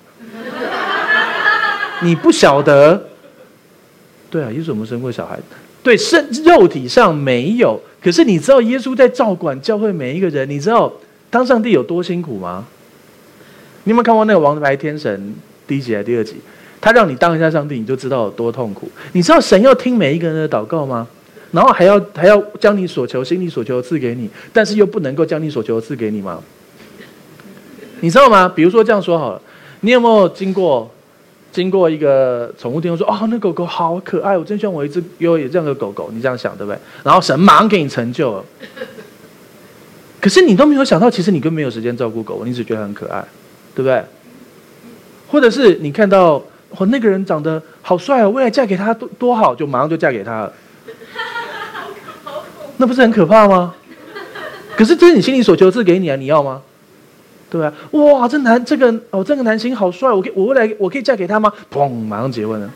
你不晓得。对啊，耶稣有没有生过小孩？对，肉体上没有。可是你知道耶稣在照管教会每一个人，你知道当上帝有多辛苦吗？你有没有看过那个《王牌天神》第1集还是第2集？他让你当一下上帝，你就知道有多痛苦。你知道神要听每一个人的祷告吗？然后还要将你所求、心里所求赐给你，但是又不能够将你所求赐给你吗？你知道吗？比如说这样说好了，你有没有经过一个宠物店，说哦，那狗狗好可爱，我真希望我有这样的狗狗。你这样想对不对？然后神马上给你成就了。可是你都没有想到，其实你根本没有时间照顾狗，你只觉得很可爱。对不对？或者是你看到那个人长得好帅哦，未来嫁给他多好，就马上就嫁给他了，那不是很可怕吗？可是这是你心里所求赐给你啊，你要吗？对吧？哇，这个男星好帅，我未来我可以嫁给他吗？砰，马上结婚了。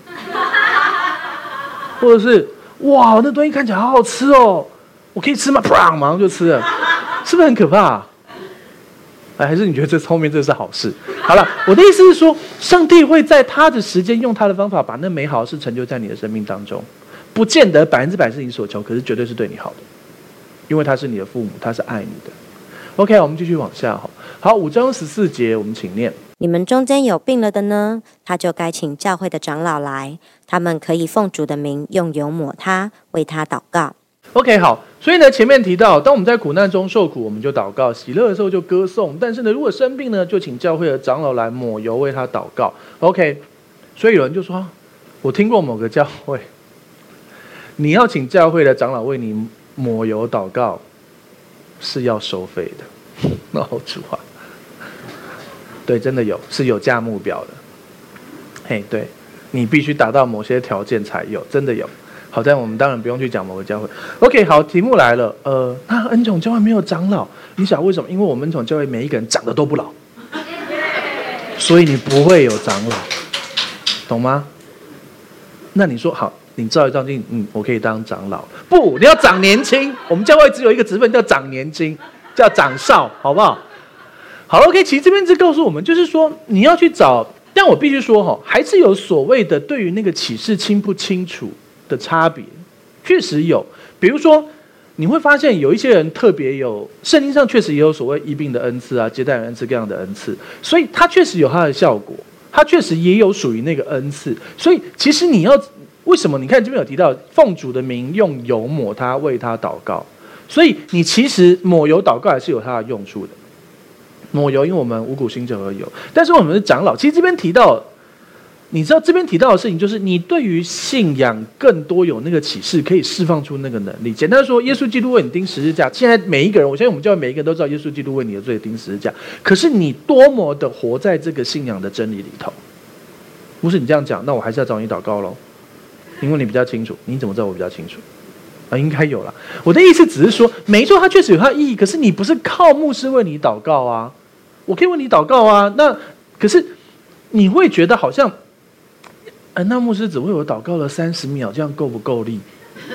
或者是哇，那东西看起来好好吃哦，我可以吃吗？砰，马上就吃了，是不是很可怕？还是你觉得这后面这是好事？好了，我的意思是说，上帝会在他的时间，用他的方法，把那美好的事成就在你的生命当中，不见得100%是你所求，可是绝对是对你好的，因为他是你的父母，他是爱你的。OK， 我们继续往下。好，5章14节，我们请念： 你们中间有病了的呢，他就该请教会的长老来，他们可以奉主的名用油抹他，为他祷告。 OK， 好，所以呢，前面提到，当我们在苦难中受苦，我们就祷告；喜乐的时候就歌颂。但是呢，如果生病呢，就请教会的长老来抹油为他祷告。OK， 所以有人就说，我听过某个教会，你要请教会的长老为你抹油祷告，是要收费的。那好主啊，对，真的是有价目表的。嘿，对，你必须达到某些条件才有，真的有。好在我们当然不用去讲某个教会。OK， 好，题目来了。那恩宠教会没有长老，你想为什么？因为我们恩宠教会每一个人长得都不老，所以你不会有长老，懂吗？那你说好，你照一照镜，我可以当长老。不，你要长年轻。我们教会只有一个职分叫长年轻，叫长少，好不好？好 ，OK， 其实这边是告诉我们，就是说你要去找，但我必须说还是有所谓的对于那个启示清不清楚的差别，确实有。比如说，你会发现有一些人特别有，圣经上确实也有所谓医病的恩赐啊，接待人恩赐各样的恩赐，所以它确实有它的效果，它确实也有属于那个恩赐。所以其实你要为什么？你看这边有提到奉主的名用油抹他，为他祷告，所以你其实抹油祷告还是有它的用处的。抹油，因为我们五谷新酒而有，但是我们是长老。其实这边提到。你知道这边提到的事情，就是你对于信仰更多有那个启示，可以释放出那个能力。简单说，耶稣基督为你钉十字架。现在每一个人，我相信我们教会每一个人都知道，耶稣基督为你的罪钉十字架。可是你多么的活在这个信仰的真理里头？不是你这样讲，那我还是要找你祷告咯，因为你比较清楚。你怎么知道我比较清楚？应该有啦。我的意思只是说，没错，它确实有它的意义。可是你不是靠牧师为你祷告啊，我可以为你祷告啊。那可是你会觉得好像。那牧师只为我祷告了30秒，这样够不够力？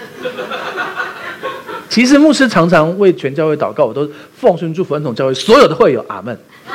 其实牧师常常为全教会祷告，我都奉宣祝福恩宠教会所有的会友，阿们。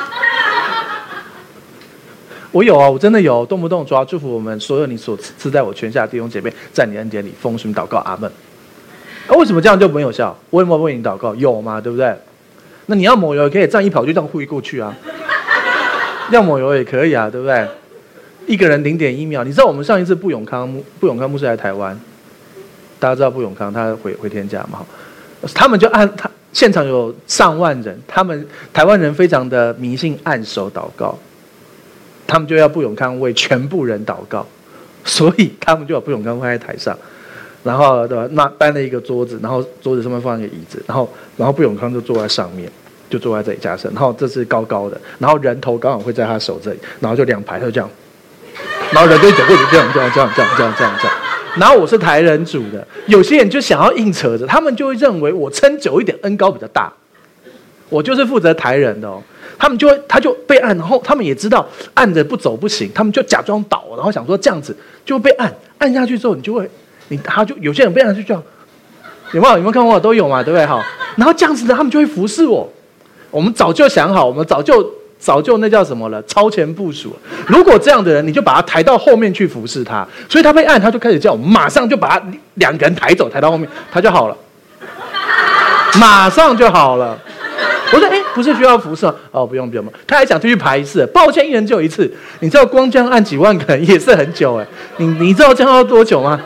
我有啊，我真的有，动不动主要祝福我们所有你所赐在我全下弟兄姐妹，在你恩典里奉宣祷告，阿们。为什么这样就没有效？我有没有为你祷告？有嘛，对不对？那你要抹油，可以站一跑就这样挥过去啊。 要抹油也可以啊，对不对？一个人0.1秒。你知道我们上一次布永康牧师来台湾，大家知道布永康他回天家嘛？他们就他现场有上万人，他们台湾人非常的迷信按手祷告，他们就要布永康为全部人祷告，所以他们就把布永康放在台上，然后对吧？那搬了一个桌子，然后桌子上面放一个椅子，然后布永康就坐在上面，就坐在这里加深，然后这是高高的，然后人头刚好会在他手这里，然后就2排，他就这样，然后人就走过去这样，然后我是台人组的，有些人就想要硬扯着，他们就会认为我撑久一点，恩高比较大。我就是负责台人的哦，他就被按，然后他们也知道按着不走不行，他们就假装倒，然后想说这样子就会被按下去之后，他就有些人被按下去这样，有没有看过？都有嘛，对不对？好，然后这样子呢，他们就会服侍我。我们早就想好，我们早就那叫什么了？超前部署。如果这样的人，你就把他抬到后面去服侍他，所以他被按，他就开始叫我们马上就把他2个人抬走，抬到后面，他就好了，马上就好了。我说，不是需要服侍吗？哦，不用。他还想继续排一次，抱歉，一人只有一次。你知道光这样按几万个人也是很久你知道这样要多久吗？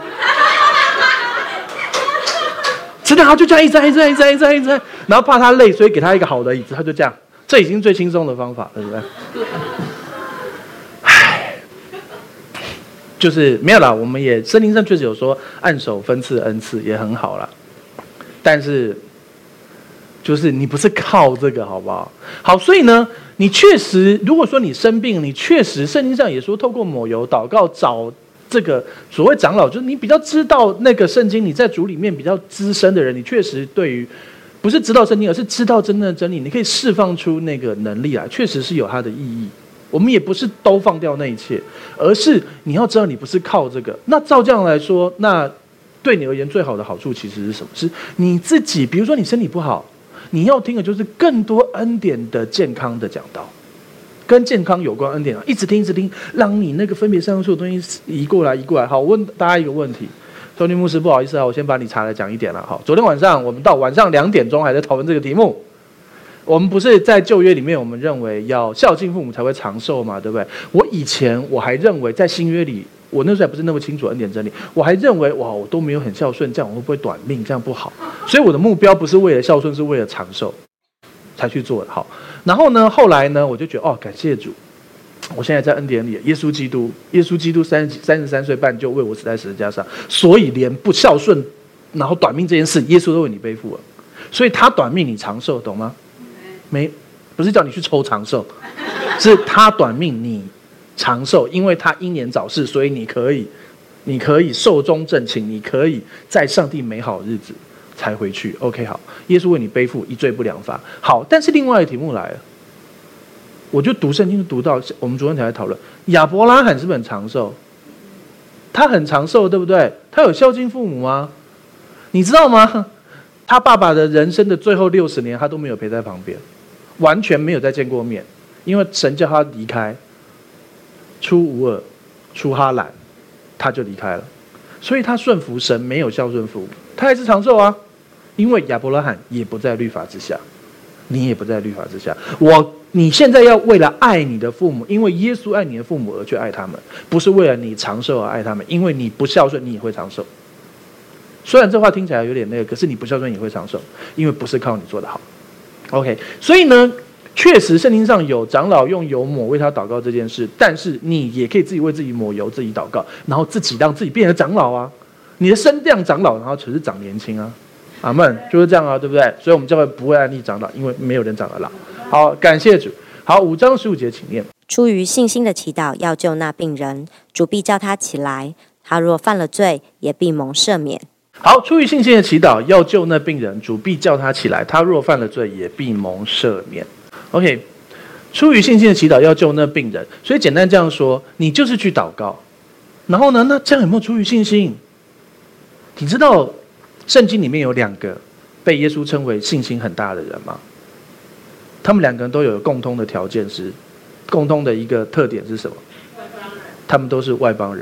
真的，他就这样一直按，然后怕他累，所以给他一个好的椅子，他就这样。这已经最轻松的方法了，对不对？就是没有啦，我们也圣经上确实有说按手分赐恩赐也很好啦，但是就是你不是靠这个，好不好？好，所以呢，你确实如果说你生病，你确实圣经上也说透过抹油祷告找这个所谓长老，就是你比较知道那个圣经，你在主里面比较资深的人，你确实对于不是知道圣经，而是知道真正的真理，你可以释放出那个能力来，确实是有它的意义。我们也不是都放掉那一切，而是你要知道你不是靠这个。那照这样来说，那对你而言最好的好处其实是什么？是你自己，比如说你身体不好，你要听的就是更多恩典的健康的讲道，跟健康有关恩典，一直听，让你那个分别善恶树的东西移过来。好，我问大家一个问题。周尼牧师，不好意思啊，我先把你查来讲一点了。好，昨天晚上我们到晚上2点钟还在讨论这个题目。我们不是在旧约里面，我们认为要孝敬父母才会长寿嘛，对不对？我还认为在新约里，我那时候还不是那么清楚恩典真理，我还认为我都没有很孝顺，这样我会不会短命？这样不好。所以我的目标不是为了孝顺，是为了长寿才去做的。好，然后呢，后来呢，我就觉得感谢主。我现在在恩典里，耶稣基督33岁半就为我死在十字架上，所以连不孝顺然后短命这件事，耶稣都为你背负了，所以他短命你长寿，懂吗？不是叫你去抽长寿，是他短命你长寿，因为他英年早逝，所以你可以寿终正寝，你可以在上帝美好日子才回去。OK， 好，耶稣为你背负一罪不良罚。好，但是另外一个题目来了。我就读圣经读到，我们昨天才在讨论亚伯拉罕是不是很长寿？他很长寿，对不对？他有孝敬父母吗？你知道吗？他爸爸的人生的最后60年，他都没有陪在旁边，完全没有再见过面，因为神叫他离开，出乌尔，出哈兰，他就离开了。所以他顺服神，没有孝顺父母，他还是长寿啊，因为亚伯拉罕也不在律法之下。你也不在律法之下，你现在要为了爱你的父母，因为耶稣爱你的父母而去爱他们，不是为了你长寿而爱他们，因为你不孝顺，你也会长寿。虽然这话听起来有点那个，可是你不孝顺也会长寿，因为不是靠你做得好。OK， 所以呢，确实圣经上有长老用油抹为他祷告这件事，但是你也可以自己为自己抹油，自己祷告，然后自己让自己变成长老啊。你的身量长老，然后只是长年轻啊。阿们，就是这样啊，对不对？所以我们教会不会安利长老，因为没有人长得老。好，感谢主。好，5章15节，请念。 出于信心的祈祷要救那病人，主必叫他起来。他若犯了罪，也必蒙赦免。 好，出于信心的祈祷要救那病人，主必叫他起来。他若犯了罪，也必蒙赦免。OK， 出于信心的祈祷要救那病人，所以简单这样说，你就是去祷告。然后呢，那这样有没有出于信心？你知道圣经里面有2个被耶稣称为信心很大的人吗？他们2个人都有共通的条件，是共通的一个特点是什么？他们都是外邦人。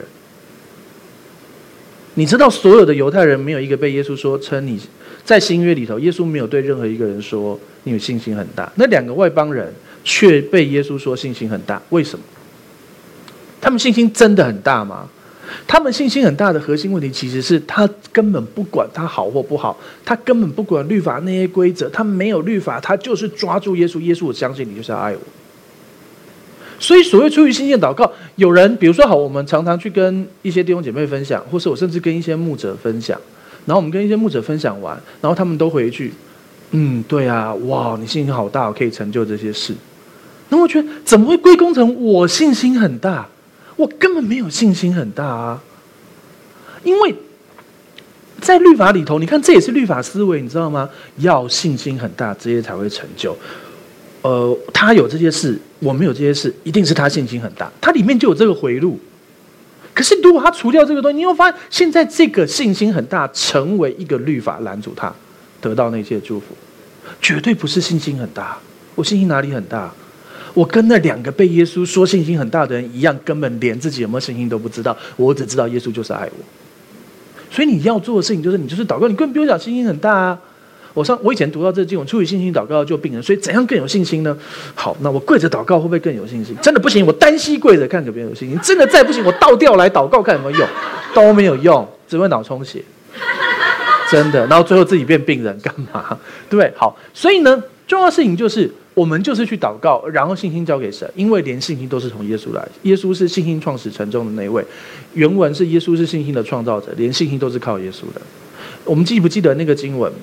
你知道所有的犹太人没有一个被耶稣说称你在新约里头，耶稣没有对任何一个人说你有信心很大。那2个外邦人却被耶稣说信心很大。为什么？他们信心真的很大吗？他们信心很大的核心问题，其实是他根本不管他好或不好，他根本不管律法那些规则，他没有律法，他就是抓住耶稣。耶稣，我相信你就是要爱我。所以所谓出于信心的祷告，有人比如说好，我们常常去跟一些弟兄姐妹分享，或是我甚至跟一些牧者分享，然后我们跟一些牧者分享完，然后他们都回一句，对啊，哇，你信心好大，我可以成就这些事。那我觉得怎么会归功成我信心很大？我根本没有信心很大啊！因为在律法里头，你看这也是律法思维，你知道吗？要信心很大，这些才会成就。他有这些事，我没有这些事，一定是他信心很大，他里面就有这个回路。可是如果他除掉这个东西，你会发现现在这个信心很大成为一个律法拦阻他得到那些祝福，绝对不是信心很大。我信心哪里很大？我跟那2个被耶稣说信心很大的人一样，根本连自己有没有信心都不知道。我只知道耶稣就是爱我。所以你要做的事情就是你就是祷告，你根本不用讲信心很大啊。我以前读到这经文，出于信心祷告救病人，所以怎样更有信心呢？好，那我跪着祷告会不会更有信心？真的不行，我单膝跪着看可不可以有信心？真的再不行，我倒吊来祷告看有没有用，都没有用，只会脑充血，真的。然后最后自己变病人干嘛？对不对？好，所以呢，重要的事情就是我们就是去祷告，然后信心交给神，因为连信心都是从耶稣来，耶稣是信心创始成终的那一位。原文是耶稣是信心的创造者，连信心都是靠耶稣的。我们记不记得那个经文？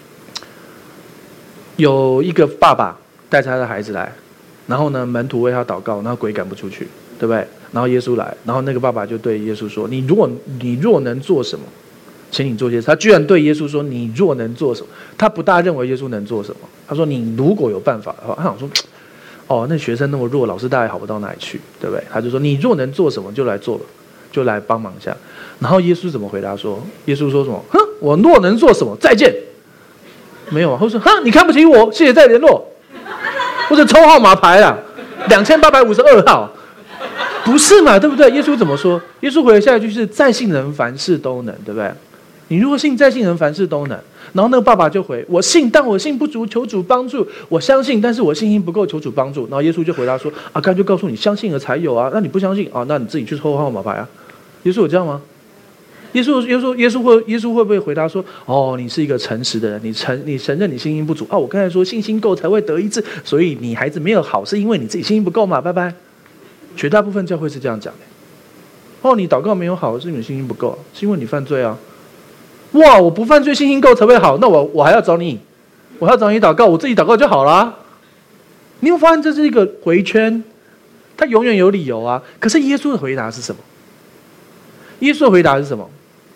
有一个爸爸带着他的孩子来，然后呢，门徒为他祷告，然后鬼赶不出去，对不对？然后耶稣来，然后那个爸爸就对耶稣说：“你若能做什么，请你做些事。”他居然对耶稣说：“你若能做什么？”他不大认为耶稣能做什么。他说：“你如果有办法的话。”他想说：“哦，那学生那么弱，老师大概好不到哪里去，对不对？”他就说：“你若能做什么，就来做了，就来帮忙一下。”然后耶稣怎么回答说？耶稣说什么？哼，我若能做什么，再见。没有啊，或者说哈，你看不起我，谢谢再联络，或者抽号码牌啦，2852号，不是嘛？对不对？耶稣怎么说？耶稣回了下一句是：在信人凡事都能，对不对？你如果信，在信人凡事都能。然后那个爸爸就回：我信，但我信不足，求主帮助。我相信，但是我信心不够，求主帮助。然后耶稣就回答说：啊，刚才就告诉你，相信了才有啊。那你不相信啊？那你自己去抽号码牌啊。耶稣有这样吗？耶稣会不会回答说：哦，你是一个诚实的人，你承认你信心不足啊？我刚才说信心够才会得医治，所以你孩子没有好，是因为你自己信心不够嘛？拜拜。绝大部分教会是这样讲的。哦，你祷告没有好，是因为你信心不够，是因为你犯罪啊。哇，我不犯罪，信心够才会好，那我还要找你，我要找你祷告，我自己祷告就好了。你有发现这是一个回圈，他永远有理由啊。可是耶稣的回答是什么？耶稣的回答是什么？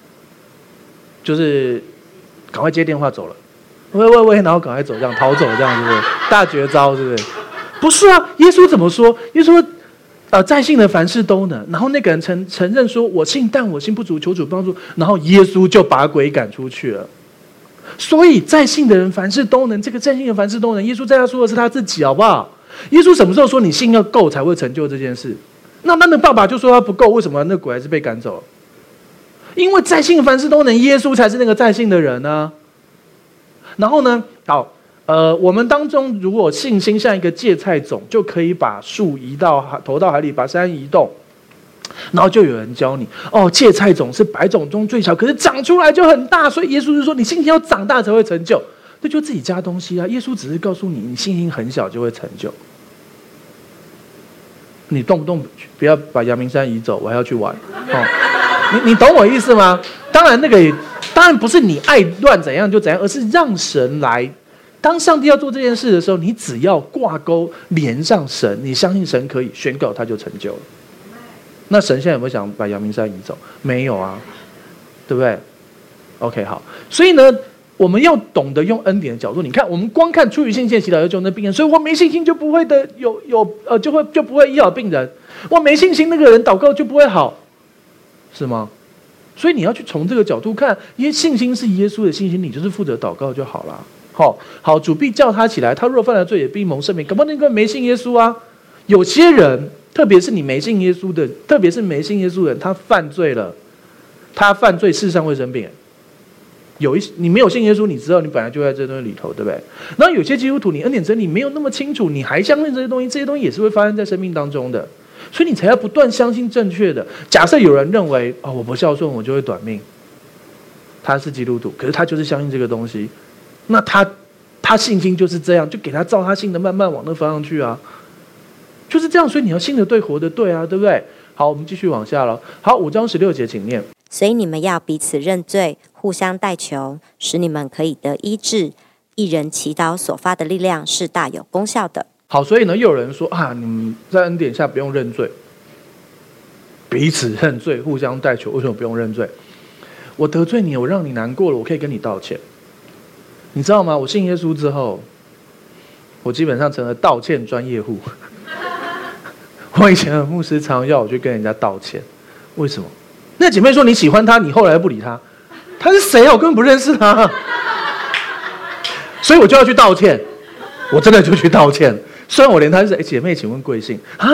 就是赶快接电话走了，喂，然后赶快走，这样逃走，这样是不是大绝招？是不是？不是啊，耶稣怎么说？耶稣说，在信的凡事都能。然后那个人承认说，我信，但我信不足，求主帮助。然后耶稣就把鬼赶出去了。所以在信的人凡事都能，这个在信的凡事都能，耶稣在他说的是他自己，好不好？耶稣什么时候说你信要够才会成就这件事？那爸爸就说他不够，为什么那鬼还是被赶走了？因为在信凡事都能，耶稣才是那个在信的人呢。然后呢，好，我们当中如果信心像一个芥菜种，就可以把树投到海里，把山移动。然后就有人教你，哦，芥菜种是百种中最小，可是长出来就很大，所以耶稣就说你信心要长大才会成就。这就自己加东西啊！耶稣只是告诉你，你信心很小就会成就。你动不动不要把阳明山移走，我还要去玩哦。你懂我意思吗？当然不是你爱乱怎样就怎样，而是让神来。当上帝要做这件事的时候，你只要挂钩连上神，你相信神可以宣告，他就成就了。那神现在有没有想把阳明山移走？没有啊，对不对 ？OK， 好。所以呢，我们要懂得用恩典的角度。你看，我们光看出于信心祈祷要救那病人，所以我没信心就不会就不会医好病人。我没信心，那个人祷告就不会好。是吗？所以你要去从这个角度看，因为信心是耶稣的信心，你就是负责祷告就好了。好，主必叫他起来，他若犯了罪，也必蒙赦免。搞不好那个没信耶稣啊，有些人，特别是你没信耶稣的，特别是没信耶稣的人，他犯罪了，他犯罪事实上会生病。 你没有信耶稣，你知道你本来就在这东西里头，对不对？然后有些基督徒，你恩典真理没有那么清楚，你还相信这些东西，这些东西也是会发生在生命当中的，所以你才要不断相信正确的。假设有人认为我不孝顺我就会短命，他是基督徒，可是他就是相信这个东西，那他信心就是这样，就给他照他信的慢慢往那方向去啊，就是这样。所以你要信的对，活的对啊，对不对？好，我们继续往下了。好，5章16节，请念。 所以你们要彼此认罪，互相代求，使你们可以得医治。一人祈祷所发的力量是大有功效的。 好，所以呢，又有人说你们在恩典下不用认罪，彼此认罪，互相代求，为什么不用认罪？我得罪你，我让你难过了，我可以跟你道歉。你知道吗？我信耶稣之后，我基本上成了道歉专业户。我以前的牧师常要我去跟人家道歉，为什么？那姐妹说你喜欢他，你后来不理他，他是谁啊？我根本不认识他，所以我就要去道歉。我真的就去道歉，虽然我连他是谁，姐妹，请问贵姓啊？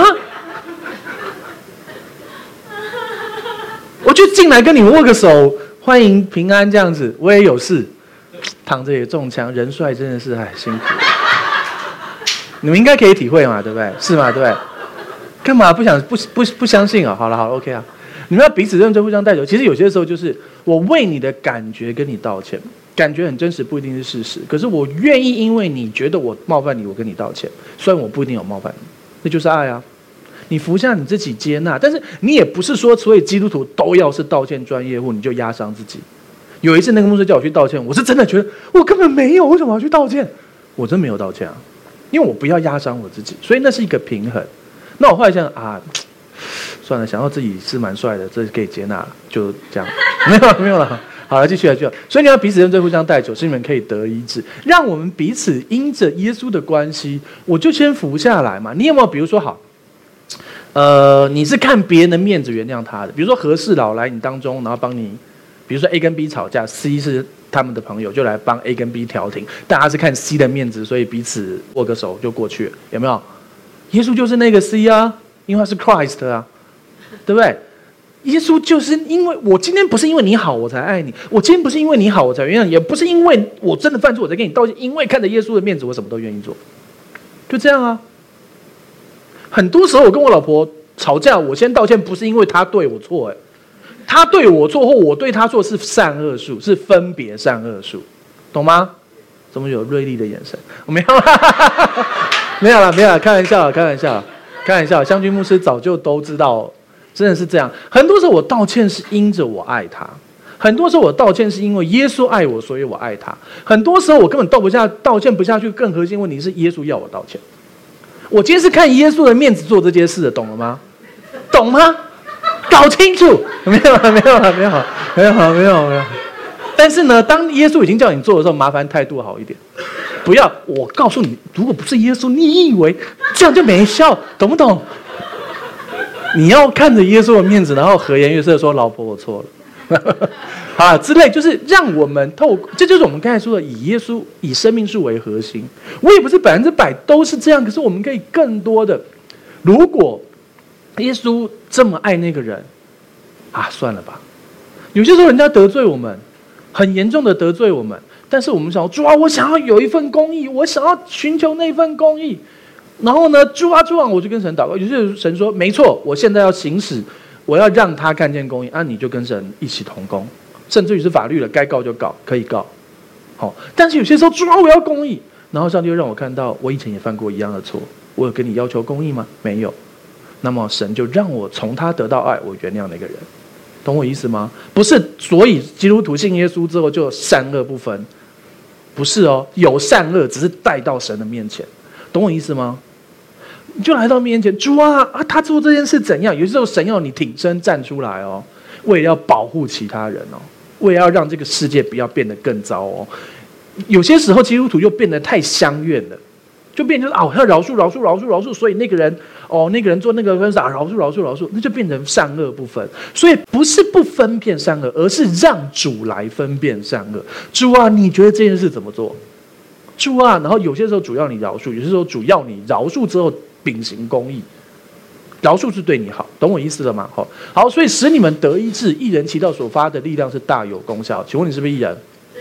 我就进来跟你握个手，欢迎平安这样子，我也有事，躺着也中枪，人帅真的是辛苦。你们应该可以体会嘛，对不对？是吗？对不对？干嘛不相信啊？好了 ，OK 啊。你们要彼此认罪，互相代求。其实有些时候就是我为你的感觉跟你道歉，感觉很真实，不一定是事实。可是我愿意因为你觉得我冒犯你，我跟你道歉，虽然我不一定有冒犯你，那就是爱啊。你服下你自己接纳，但是你也不是说所有基督徒都要是道歉专业户，你就压伤自己。有一次那个牧师叫我去道歉，我是真的觉得我根本没有，为什么要去道歉？我真没有道歉啊，因为我不要压伤我自己，所以那是一个平衡。那我后来想算了，想到自己是蛮帅的，这可以接纳，就这样，没有了。好了，继续。所以你要彼此认罪，互相代求，使你们可以得医治。让我们彼此因着耶稣的关系，我就先服下来嘛。你有没有比如说好，你是看别人的面子原谅他的？比如说和事佬来你当中，然后帮你，比如说 A 跟 B 吵架 ，C 是他们的朋友，就来帮 A 跟 B 调停，大家是看 C 的面子，所以彼此握个手就过去了，有没有？耶稣就是那个 C 啊，因为他是 Christ 啊，对不对？耶稣就是因为我今天不是因为你好我才爱你，我今天不是因为你好我才原谅你，也不是因为我真的犯错我才跟你道歉，因为看着耶稣的面子，我什么都愿意做，就这样啊。很多时候我跟我老婆吵架，我先道歉，不是因为她对我错，她对我错或我对她错是善恶树，是分别善恶树，懂吗？怎么有锐利的眼神？我没有没有了，开玩笑。湘军牧师早就都知道，真的是这样。很多时候我道歉是因着我爱他，很多时候我道歉是因为耶稣爱我，所以我爱他。很多时候我根本道歉不下去，更核心问题是耶稣要我道歉。我今天是看耶稣的面子做这件事的，懂了吗？懂吗？搞清楚。没有。但是呢，当耶稣已经叫你做的时候，麻烦态度好一点，不要我告诉你，如果不是耶稣，你以为这样就没效，懂不懂？你要看着耶稣的面子，然后和颜悦色说：“老婆，我错了。”之类，就是让我们这就是我们刚才说的，以耶稣、以生命树为核心。我也不是100%都是这样，可是我们可以更多的。如果耶稣这么爱那个人，算了吧。有些时候人家得罪我们，很严重的得罪我们，但是我们想要主啊，我想要有一份公义，我想要寻求那份公义。然后呢，主啊，我就跟神祷告。有些神说，没错，我现在要行使，我要让他看见公义，你就跟神一起同工，甚至于是法律了，该告就告，可以告。但是有些时候，主啊，我要公义，然后上帝又让我看到，我以前也犯过一样的错，我有跟你要求公义吗？没有。那么神就让我从他得到爱，我原谅那个人，懂我意思吗？不是，所以基督徒信耶稣之后就善恶不分，不是哦，有善恶，只是带到神的面前，懂我意思吗？你就来到面前，主啊，他做这件事怎样？有些时候神要你挺身站出来哦，为了要保护其他人哦，为了要让这个世界不要变得更糟哦。有些时候基督徒又变得太相怨了，就变成要饶恕，所以那个人做那个分啥饶恕，那就变成善恶不分。所以不是不分辨善恶，而是让主来分辨善恶。主啊，你觉得这件事怎么做？主啊，然后有些时候主要你饶恕，有些时候主要你饶恕之后秉行公义，饶恕是对你好，懂我意思了吗？好，所以使你们得医治，一人祈祷所发的力量是大有功效。请问你是不是义人？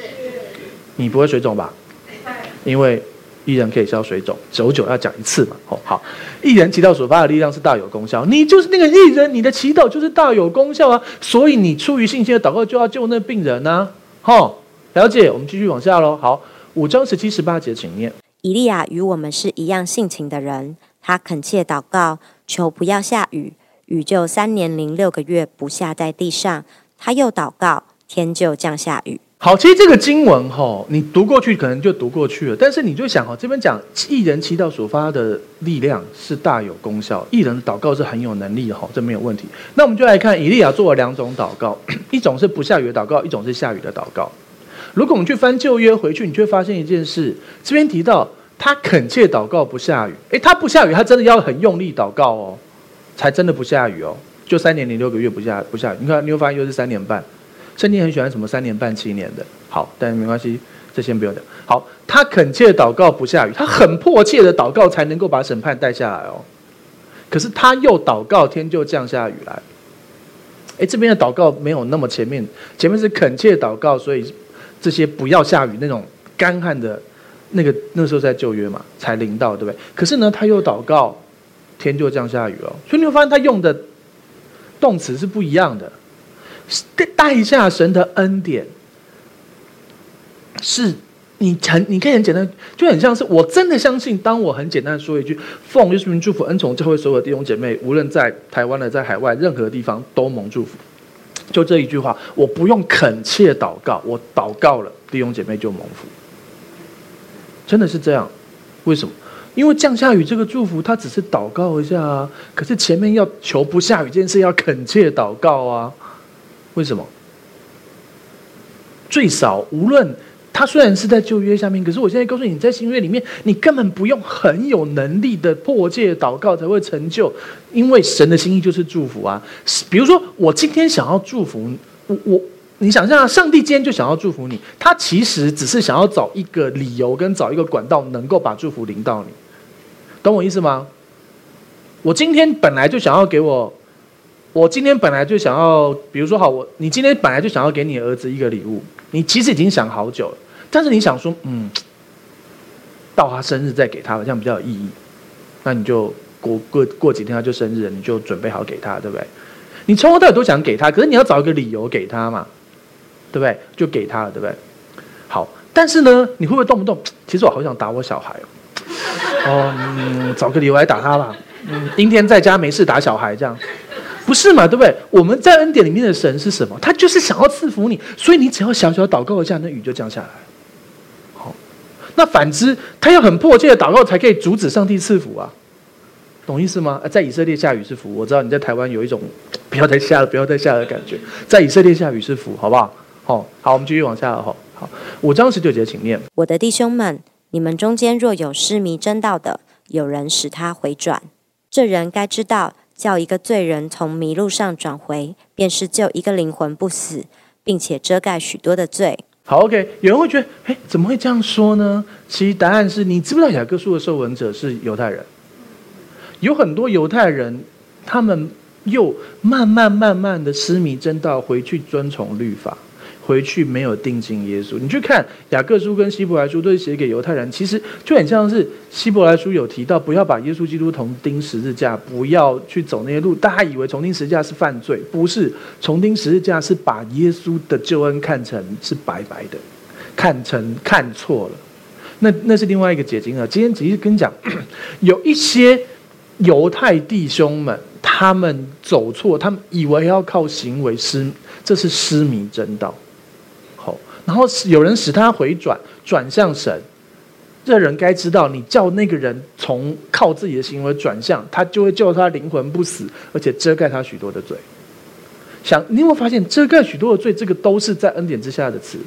你不会水肿吧？因为一人可以消水肿，久久要讲一次嘛。好，一人祈祷所发的力量是大有功效，你就是那个一人，你的祈祷就是大有功效啊。所以你出于信心的祷告就要救那病人啊。了解？我们继续往下咯。好，5章17、18节，请念。 以利亚与我们是一样性情的人，他恳切祷告，求不要下雨，雨就3年零6个月不下在地上。他又祷告，天就降下雨。 好，其实这个经文你读过去可能就读过去了，但是你就想这边讲义人祈祷所发的力量是大有功效，义人的祷告是很有能力的，这没有问题。那我们就来看以利亚做了2种祷告，一种是不下雨的祷告，一种是下雨的祷告。如果我们去翻旧约回去，你就会发现一件事，这边提到他恳切祷告不下雨，他不下雨，他真的要很用力祷告才真的不下雨就3年零6个月不下雨。你看，你会发现又是3年半。圣经很喜欢什么3年半、7年的，好，但没关系，这先不用讲。好，他恳切祷告不下雨，他很迫切的祷告才能够把审判带下来可是他又祷告，天就降下雨来。这边的祷告没有那么前面是恳切祷告，所以这些不要下雨那种干旱的那时候在旧约嘛才临到，对不对？可是呢，他又祷告，天就降下雨了。所以你会发现他用的动词是不一样的。带下神的恩典，是你可以很简单，就很像是我真的相信，当我很简单的说一句奉耶稣名祝福恩宠教会所有弟兄姐妹，无论在台湾的在海外任何地方都蒙祝福，就这一句话，我不用恳切祷告，我祷告了，弟兄姐妹就蒙福，真的是这样。为什么？因为降下雨这个祝福，他只是祷告一下啊，可是前面要求不下雨这件事要恳切祷告啊。为什么？最少无论他虽然是在旧约下面，可是我现在告诉你，在新约里面，你根本不用很有能力的迫切祷告才会成就，因为神的心意就是祝福啊。比如说，我今天想要祝福你想象上帝今天就想要祝福你，他其实只是想要找一个理由跟找一个管道，能够把祝福临到你，懂我意思吗？我今天本来就想要比如说你今天本来就想要给你儿子一个礼物，你其实已经想好久了，但是你想说，到他生日再给他，这样比较有意义。那你就过几天他就生日了，你就准备好给他，对不对？你从头到尾都想给他，可是你要找一个理由给他嘛，对不对？就给他了，对不对？好，但是呢，你会不会动不动，其实我好想打我小孩找个理由来打他吧。阴天在家没事打小孩这样。不是嘛，对不对？我们在恩典里面的神是什么？他就是想要赐福你，所以你只要小小祷告一下，那雨就降下来。好，那反之，他要很迫切的祷告才可以阻止上帝赐福啊，懂意思吗？在以色列下雨是福，我知道你在台湾有一种不要再下了的感觉，在以色列下雨是福，好不好？好，我们继续往下了。好，5章19节，请念。 我的弟兄们，你们中间若有失迷真道的，有人使他回转，这人该知道，叫一个罪人从迷路上转回，便是救一个灵魂不死，并且遮盖许多的罪。 好 ，OK， 有人会觉得，怎么会这样说呢？其实答案是，你知不知道雅各书的受文者是犹太人？有很多犹太人，他们又慢慢的失迷真道，回去遵从律法，回去没有定睛耶稣。你去看雅各书跟希伯来书都是写给犹太人，其实就很像是希伯来书有提到，不要把耶稣基督同钉十字架，不要去走那些路。大家以为重钉十字架是犯罪，不是，重钉十字架是把耶稣的救恩看成是白白的，看错了。那是另外一个解经了。今天只是跟你讲，有一些犹太弟兄们，他们走错，他们以为要靠行为这是失迷真道。然后有人使他回转向神，这人该知道，你叫那个人从靠自己的行为转向，他就会救他灵魂不死，而且遮盖他许多的罪。你有没有发现，遮盖许多的罪，这个都是在恩典之下的词？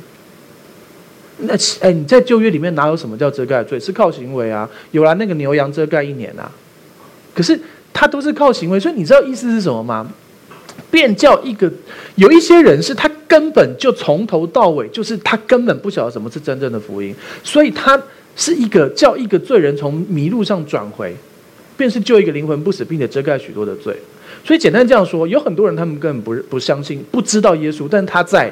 你在旧约里面哪有什么叫遮盖罪？是靠行为啊，有啦，那个牛羊遮盖1年啊，可是他都是靠行为，所以你知道意思是什么吗？便叫有一些人是他根本就从头到尾就是他根本不晓得什么是真正的福音，所以他是叫一个罪人从迷路上转回，便是救一个灵魂不死，并且遮盖许多的罪。所以简单这样说，有很多人他们根本不相信，不知道耶稣，但他在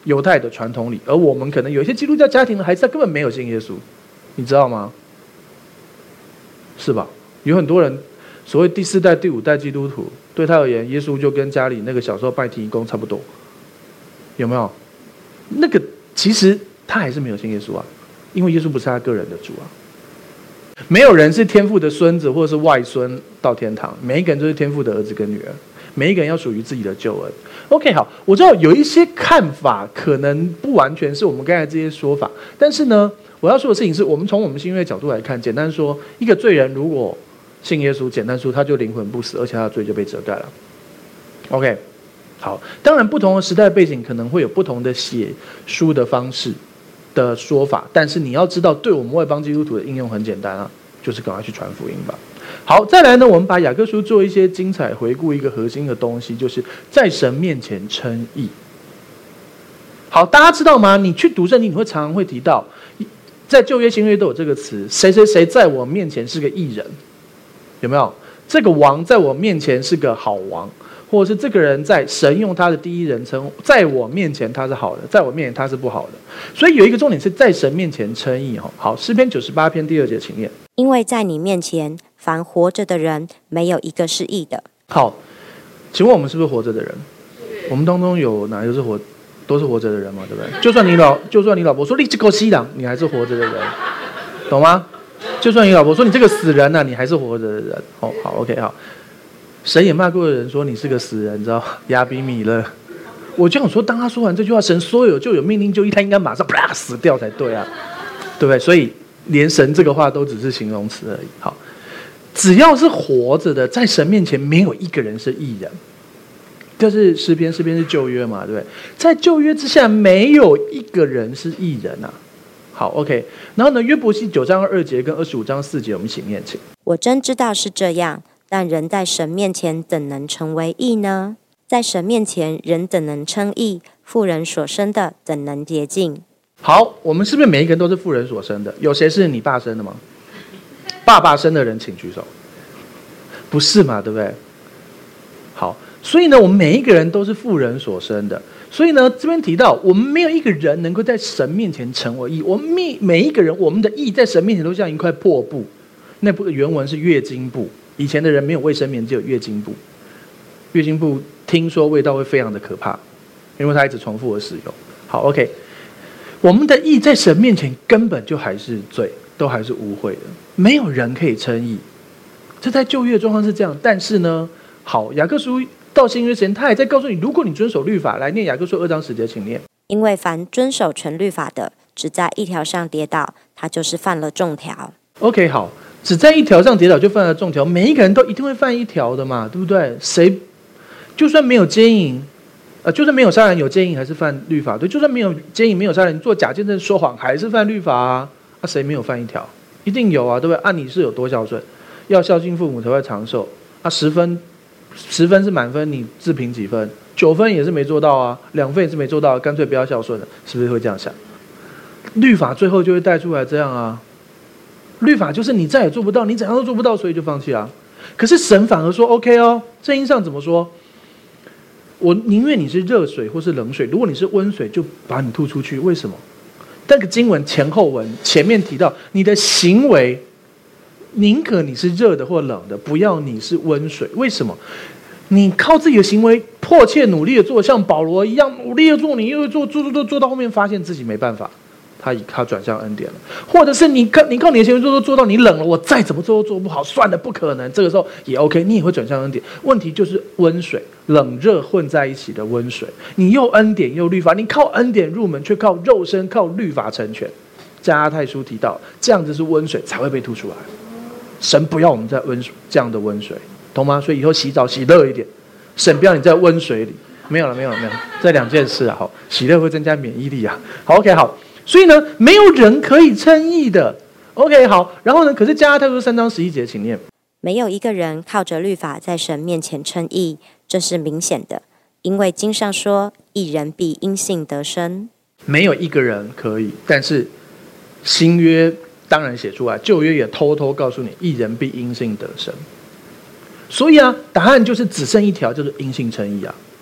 犹太的传统里，而我们可能有一些基督教家庭的孩子，他根本没有信耶稣，你知道吗？是吧？有很多人所谓第4代、第5代基督徒，对他而言，耶稣就跟家里那个小时候拜天公差不多，有没有？那个其实他还是没有信耶稣啊，因为耶稣不是他个人的主啊。没有人是天父的孙子或者是外孙到天堂，每一个人都是天父的儿子跟女儿，每一个人要属于自己的救恩。OK， 好，我知道有一些看法可能不完全是我们刚才这些说法，但是呢，我要说的事情是我们从我们新约的角度来看，简单说，一个罪人如果信耶稣，简单说他就灵魂不死，而且他的罪就被遮盖了。OK， 好，当然不同的时代背景可能会有不同的写书的方式的说法，但是你要知道，对我们外邦基督徒的应用很简单啊，就是赶快去传福音吧。好，再来呢，我们把雅各书做一些精彩回顾，一个核心的东西，就是在神面前称义。好，大家知道吗？你去读圣经，你会常常会提到，在旧约、新约都有这个词，谁谁谁在我面前是个义人，有没有？这个王在我面前是个好王，或者是这个人在神用他的第一人称，在我面前他是好的，在我面前他是不好的。所以有一个重点是在神面前称义。好，诗篇98篇第2节，请念。 因为在你面前，凡活着的人，没有一个是义的。 好，请问我们是不是活着的人？我们当中有哪一个是都是活着的人嘛？对不对？就算你老婆说你这个西郎，你还是活着的人，懂吗？就算你老婆说你这个死人啊，你还是活着的人。好 ，OK， 好。神也骂过的人说你是个死人，你知道亚比米勒。我就想说，当他说完这句话，神说有就有，命令就义，他应该马上啪死掉才对啊，对不对？所以连神这个话都只是形容词而已。好，只要是活着的，在神面前没有一个人是义人。这是诗篇是旧约嘛，对不对？在旧约之下，没有一个人是义人啊。好 ，OK。然后呢，约伯记9章2节跟25章4节，我们一起念，请。 我真知道是这样，但人在神面前怎能成为义呢？在神面前，人怎能称义？妇人所生的怎能洁净？ 好，我们是不是每一个人都是妇人所生的？有谁是你爸生的吗？爸爸生的人请举手。不是嘛，对不对？好，所以呢，我们每一个人都是妇人所生的。所以呢，这边提到，我们没有一个人能够在神面前成为义。我们每一个人，我们的义在神面前都像一块破布。那部的原文是月经布。以前的人没有卫生棉，只有月经布。月经布听说味道会非常的可怕，因为它一直重复的使用。好 ，OK， 我们的义在神面前根本就还是罪，都还是污秽的，没有人可以称义。这在旧约的状况是这样，但是呢，好，雅各书到新约前，他还在告诉你，如果你遵守律法，来念雅各书2章10节，请念。 因为凡遵守全律法的，只在一条上跌倒，他就是犯了众条。 OK， 好。只在一条上跌倒就犯了众条，每一个人都一定会犯一条的嘛，对不对？谁就算没有奸淫，就算没有杀人有奸淫还是犯律法，对，就算没有奸淫没有杀人，做假见证说谎还是犯律法啊。谁没有犯一条？一定有啊，对不对？你是有多孝顺？要孝敬父母才会长寿啊。10分是满分，你自评几分？9分也是没做到啊，2分也是没做到，干脆不要孝顺了，是不是会这样想？律法最后就会带出来这样啊。律法就是你再也做不到，你怎样都做不到，所以就放弃啊。可是神反而说 OK 哦，正音上怎么说？我宁愿你是热水或是冷水，如果你是温水，就把你吐出去。为什么？那个经文前后文前面提到，你的行为宁可你是热的或冷的，不要你是温水。为什么？你靠自己的行为迫切努力的做，像保罗一样努力的做，你又做到后面，发现自己没办法。他转向恩典了，或者是你靠你的行为做到你冷了，我再怎么做都做不好，算了，不可能。这个时候也 OK， 你也会转向恩典。问题就是温水，冷热混在一起的温水，你又恩典又律法，你靠恩典入门，却靠肉身靠律法成全。加拉太书提到，这样子是温水才会被吐出来。神不要我们在这样的温水，懂吗？所以以后洗澡洗热一点，神不要你在温水里。没有了，这2件事啊，好，洗热会增加免疫力啊。好 ，OK， 好。所以呢，没有人可以称义的。OK， 好，然后呢？可是加拉太书3章11节，请念。 没有一个人靠着律法在神面前称义，这是明显的，因为经上说，义人必因信得生。 没有一个人可以，但是新约当然写出来，旧约也偷偷告诉你，义人必因信得生。所以啊，答案就是只剩一条，就是因信称义啊。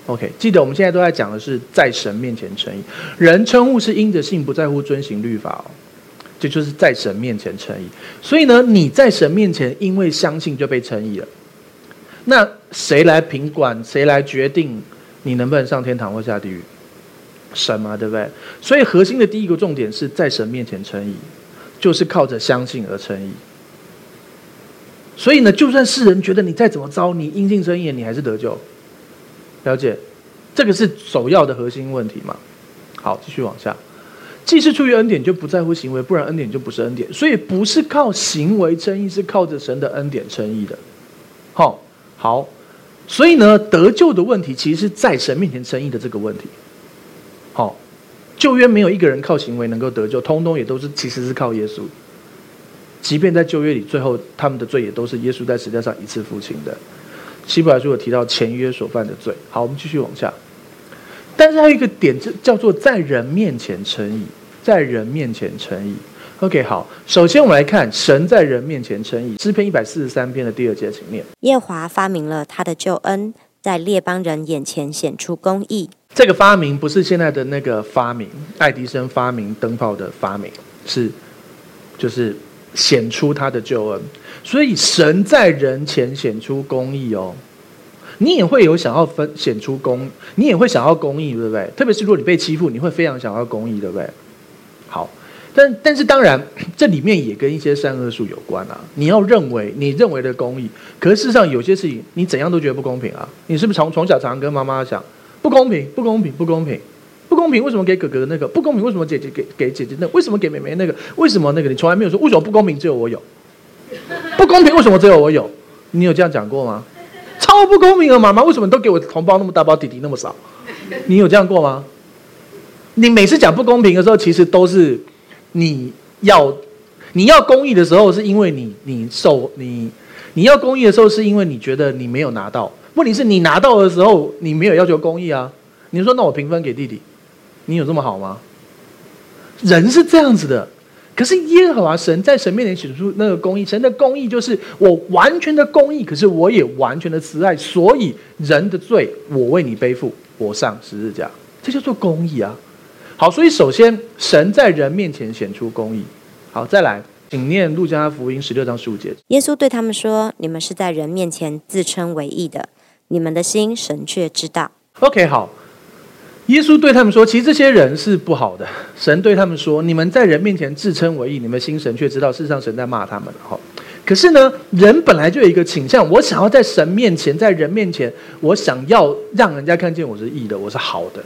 OK， 记得我们现在都在讲的是在神面前称义，人称义是因着信，不在乎遵行律法哦，这就是在神面前称义。所以呢，你在神面前因为相信就被称义了。那谁来评管？谁来决定你能不能上天堂或下地狱？神嘛，对不对？所以核心的第一个重点是在神面前称义，就是靠着相信而称义。所以呢，就算世人觉得你再怎么糟，你因信称义，你还是得救。了解，这个是首要的核心问题嘛。好，继续往下。既是出于恩典，就不在乎行为，不然恩典就不是恩典。所以不是靠行为称义，是靠着神的恩典称义的。好，所以呢，得救的问题其实是在神面前称义的这个问题。旧约没有一个人靠行为能够得救，通通也都是其实是靠耶稣。即便在旧约里，最后他们的罪也都是耶稣在十字架上一次付清的。希伯来书有提到前约所犯的罪。好，我们继续往下。但是还有一个点叫做在人面前称义，在人面前称义。OK， 好，首先我们来看神在人面前称义。诗篇143篇的第2节，请念： 耶和华发明了他的救恩，在列邦人眼前显出公义。 这个发明不是现在的那个发明，爱迪生发明灯泡的发明，就是显出他的救恩。所以神在人前显出公义哦。你也会有想要显出公，你也会想要公义，对不对？特别是如果你被欺负，你会非常想要公义，对不对？好，但是当然，这里面也跟一些善恶树有关啊。你认为的公义，可是事实上有些事情你怎样都觉得不公平啊。你是不是从小常跟妈妈讲不公平，不公平，不公平，不公平？为什么给哥哥那个？不公平，为什么姐姐给姐姐那个？为什么给妹妹那个？为什么那个？你从来没有说为什么不公平只有我有？不公平为什么只有我有？你有这样讲过吗？超不公平的妈妈，为什么都给我红包那么大包，弟弟那么少？你有这样过吗？你每次讲不公平的时候，其实都是你要公义的时候，是因为你要公义的时候，是因为你觉得你没有拿到。问题是你拿到的时候，你没有要求公义啊。你说那我平分给弟弟，你有这么好吗？人是这样子的。可是耶和华神在神面前显出那个公义，神的公义就是我完全的公义，可是我也完全的慈爱，所以人的罪我为你背负，我上十字架，这叫做公义啊。好，所以首先神在人面前显出公义。好，再来，请念路加福音16章15节。 耶稣对他们说：“你们是在人面前自称为义的，你们的心神却知道。” OK， 好。耶稣对他们说，其实这些人是不好的。神对他们说，你们在人面前自称为义，你们心神却知道，事实上神在骂他们。可是呢，人本来就有一个倾向，我想要在神面前，在人面前，我想要让人家看见我是义的，我是好的。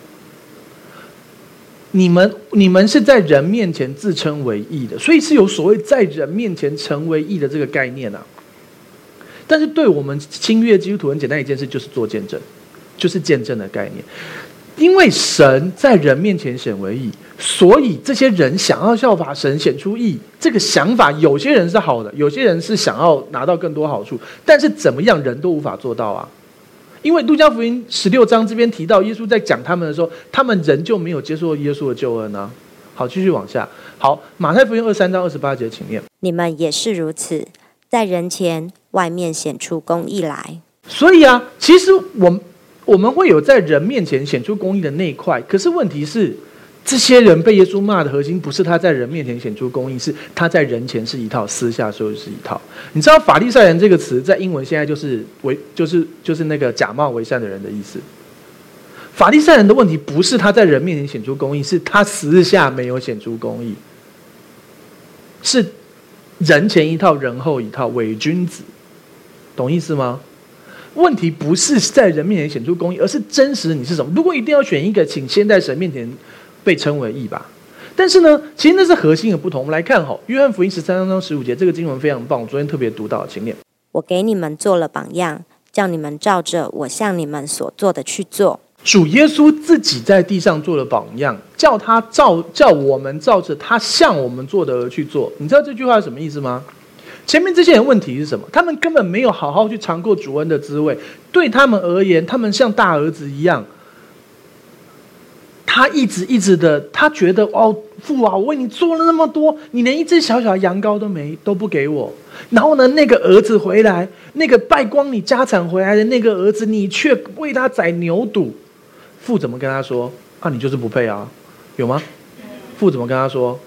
你们是在人面前自称为义的，所以是有所谓在人面前成为义的这个概念啊。但是对我们新约基督徒很简单一件事，就是做见证，就是见证的概念。因为神在人面前显为义，所以这些人想要效法神显出义，这个想法有些人是好的，有些人是想要拿到更多好处，但是怎么样人都无法做到啊。因为路加福音16章这边提到，耶稣在讲他们的时候，他们仍旧没有接受耶稣的救恩啊。好，继续往下。好，马太福音23章28节，请念： 你们也是如此，在人前外面显出公义来。 所以啊，其实我们会有在人面前显出公义的那一块，可是问题是，这些人被耶稣骂的核心不是他在人面前显出公义，是他在人前是一套，私下说是一套。你知道法利赛人这个词在英文现在就是那个假冒为善的人的意思。法利赛人的问题不是他在人面前显出公义，是他私下没有显出公义，是人前一套，人后一套，伪君子，懂意思吗？问题不是在人面前显出公义，而是真实你是什么。如果一定要选一个，请先在神面前被称为义吧。但是呢，其实那是核心的不同。我们来看约翰福音13章15节，这个经文非常棒，我昨天特别读到，请念： 我给你们做了榜样，叫你们照着我向你们所做的去做。 主耶稣自己在地上做了榜样，叫我们照着他向我们做的而去做。你知道这句话是什么意思吗？前面这些人问题是什么？他们根本没有好好去尝过主恩的滋味，对他们而言，他们像大儿子一样， 他一直的，他觉得父啊，我为你做了那么多，你连一只小小的羊羔都不给我。然后呢，那个儿子回来，那个败光你家产回来的那个儿子，你却为他宰牛犊。父怎么跟他说？啊，你就是不配啊，有吗？父怎么跟他说？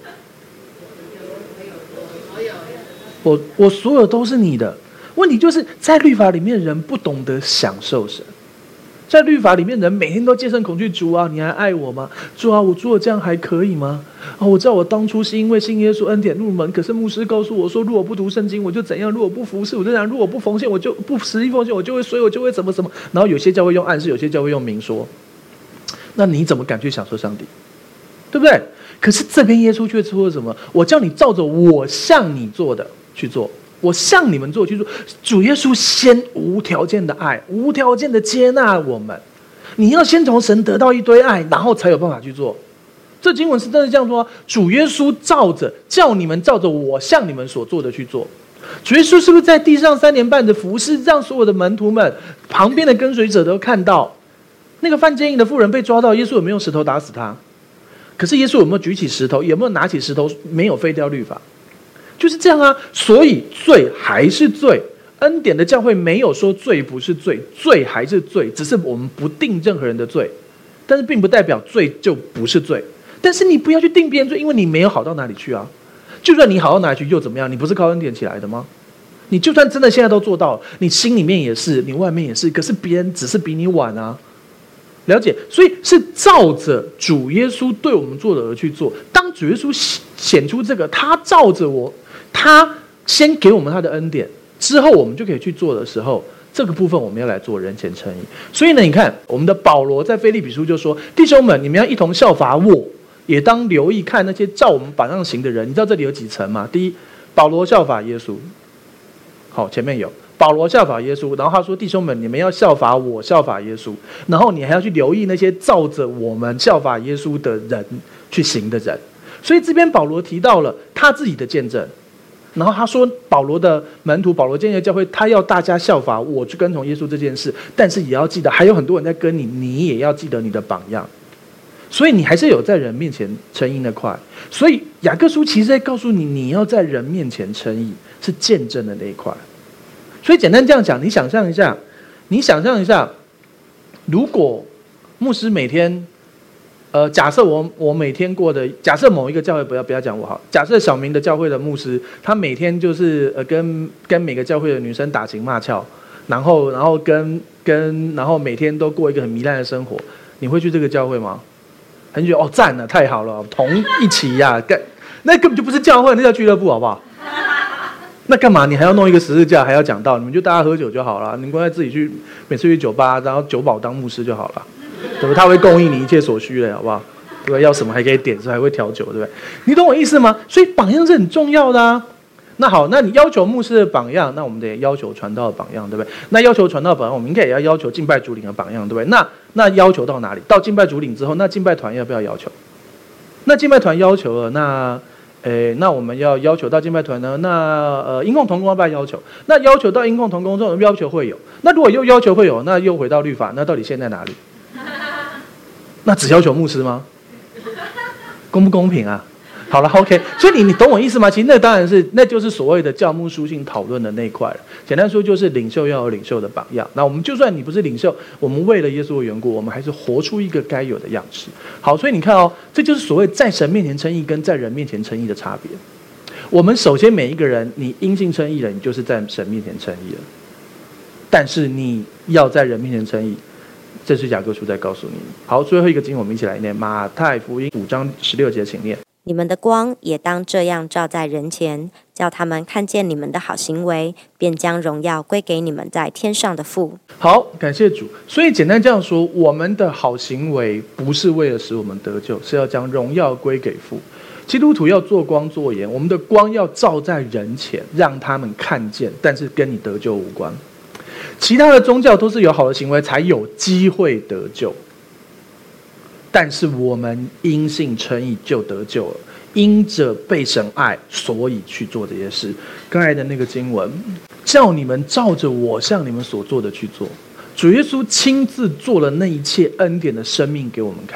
我所有都是你的。问题就是在律法里面，人不懂得享受神。在律法里面，人每天都戒慎恐惧，主啊，你还爱我吗？主啊，我做这样还可以吗？我知道我当初是因为信耶稣恩典入门，可是牧师告诉我说，如果不读圣经，我就怎样；如果不服侍，我就怎样；如果不奉献，我就不实际奉献，我就会衰，我就会怎么。然后有些教会用暗示，有些教会用明说。那你怎么敢去享受上帝？对不对？可是这边耶稣却说了什么？我叫你照着我向你做的去做。我向你们做去做。主耶稣先无条件的爱，无条件的接纳我们。你要先从神得到一堆爱，然后才有办法去做。这经文是真的这样说，主耶稣叫你们照着我向你们所做的去做。主耶稣是不是在地上3年半的服事，让所有的门徒们、旁边的跟随者都看到，那个犯奸淫的妇人被抓到，耶稣有没有用石头打死他？可是耶稣有没有举起石头？有没有拿起石头？没有废掉律法。就是这样啊，所以罪还是罪。恩典的教会没有说罪不是罪，罪还是罪，只是我们不定任何人的罪，但是并不代表罪就不是罪。但是你不要去定别人罪，因为你没有好到哪里去啊。就算你好到哪里去又怎么样？你不是靠恩典起来的吗？你就算真的现在都做到了，你心里面也是，你外面也是，可是别人只是比你晚啊。了解，所以是照着主耶稣对我们做的而去做。当主耶稣显出这个，他照着他先给我们他的恩典，之后我们就可以去做的时候，这个部分我们要来做人前称义。所以呢，你看我们的保罗在腓立比书就说：弟兄们，你们要一同效法我，也当留意看那些照我们榜样行的人。你知道这里有几层吗？第一，保罗效法耶稣。好，前面有保罗效法耶稣，然后他说：弟兄们，你们要效法我，效法耶稣。然后你还要去留意那些照着我们效法耶稣的人去行的人。所以这边保罗提到了他自己的见证。然后他说，保罗的门徒，保罗建立的教会，他要大家效法我，去跟从耶稣这件事，但是也要记得，还有很多人在跟你，你也要记得你的榜样。所以你还是有在人面前称义那块。所以雅各书其实在告诉你，你要在人面前称义，是见证的那一块。所以简单这样讲，你想象一下，如果牧师每天假设我每天过的，假设某一个教会，不要讲我好，假设小明的教会的牧师，他每天就是跟每个教会的女生打情骂俏，然后每天都过一个很糜烂的生活，你会去这个教会吗？很觉得赞了，太好了，同一起呀，那根本就不是教会，那叫俱乐部，好不好？那干嘛你还要弄一个十字架，还要讲道？你们就大家喝酒就好了，你光在自己去每次去酒吧，然后酒保当牧师就好了。对不对？他会供应你一切所需的，好不好？对不对？要什么还可以点，还会调酒，对不对？你懂我意思吗？所以榜样是很重要的啊。那好，那你要求牧师的榜样，那我们得要求传道的榜样，对不对？那要求传道的榜样，我们应该也要求敬拜主领的榜样，对不对？那要求到哪里？到敬拜主领之后，那敬拜团要不要要求？那敬拜团要求了，那我们要求到敬拜团呢？那音控同工要不要要求？那要求到音控同工之后，要求会有。那如果又要求会有，那又回到律法，那到底现在哪里？那只要求牧师吗？公不公平啊？好了 ，OK， 所以你懂我意思吗？其实那就是所谓的教牧书信讨论的那一块了。简单说就是领袖要有领袖的榜样。那我们就算你不是领袖，我们为了耶稣的缘故，我们还是活出一个该有的样式。好，所以你看这就是所谓在神面前称义跟在人面前称义的差别。我们首先每一个人，你因信称义了，你就是在神面前称义了。但是你要在人面前称义。这是雅各书在告诉你。好，最后一个经文我们一起来念马太福音5章16节，请念。 你们的光也当这样照在人前，叫他们看见你们的好行为，便将荣耀归给你们在天上的父。 好，感谢主。所以简单这样说，我们的好行为不是为了使我们得救，是要将荣耀归给父。基督徒要做光做盐，我们的光要照在人前，让他们看见，但是跟你得救无关。其他的宗教都是有好的行为才有机会得救，但是我们因信称义就得救了，因着被神爱，所以去做这些事。刚才的那个经文，叫你们照着我向你们所做的去做。主耶稣亲自做了那一切恩典的生命给我们看。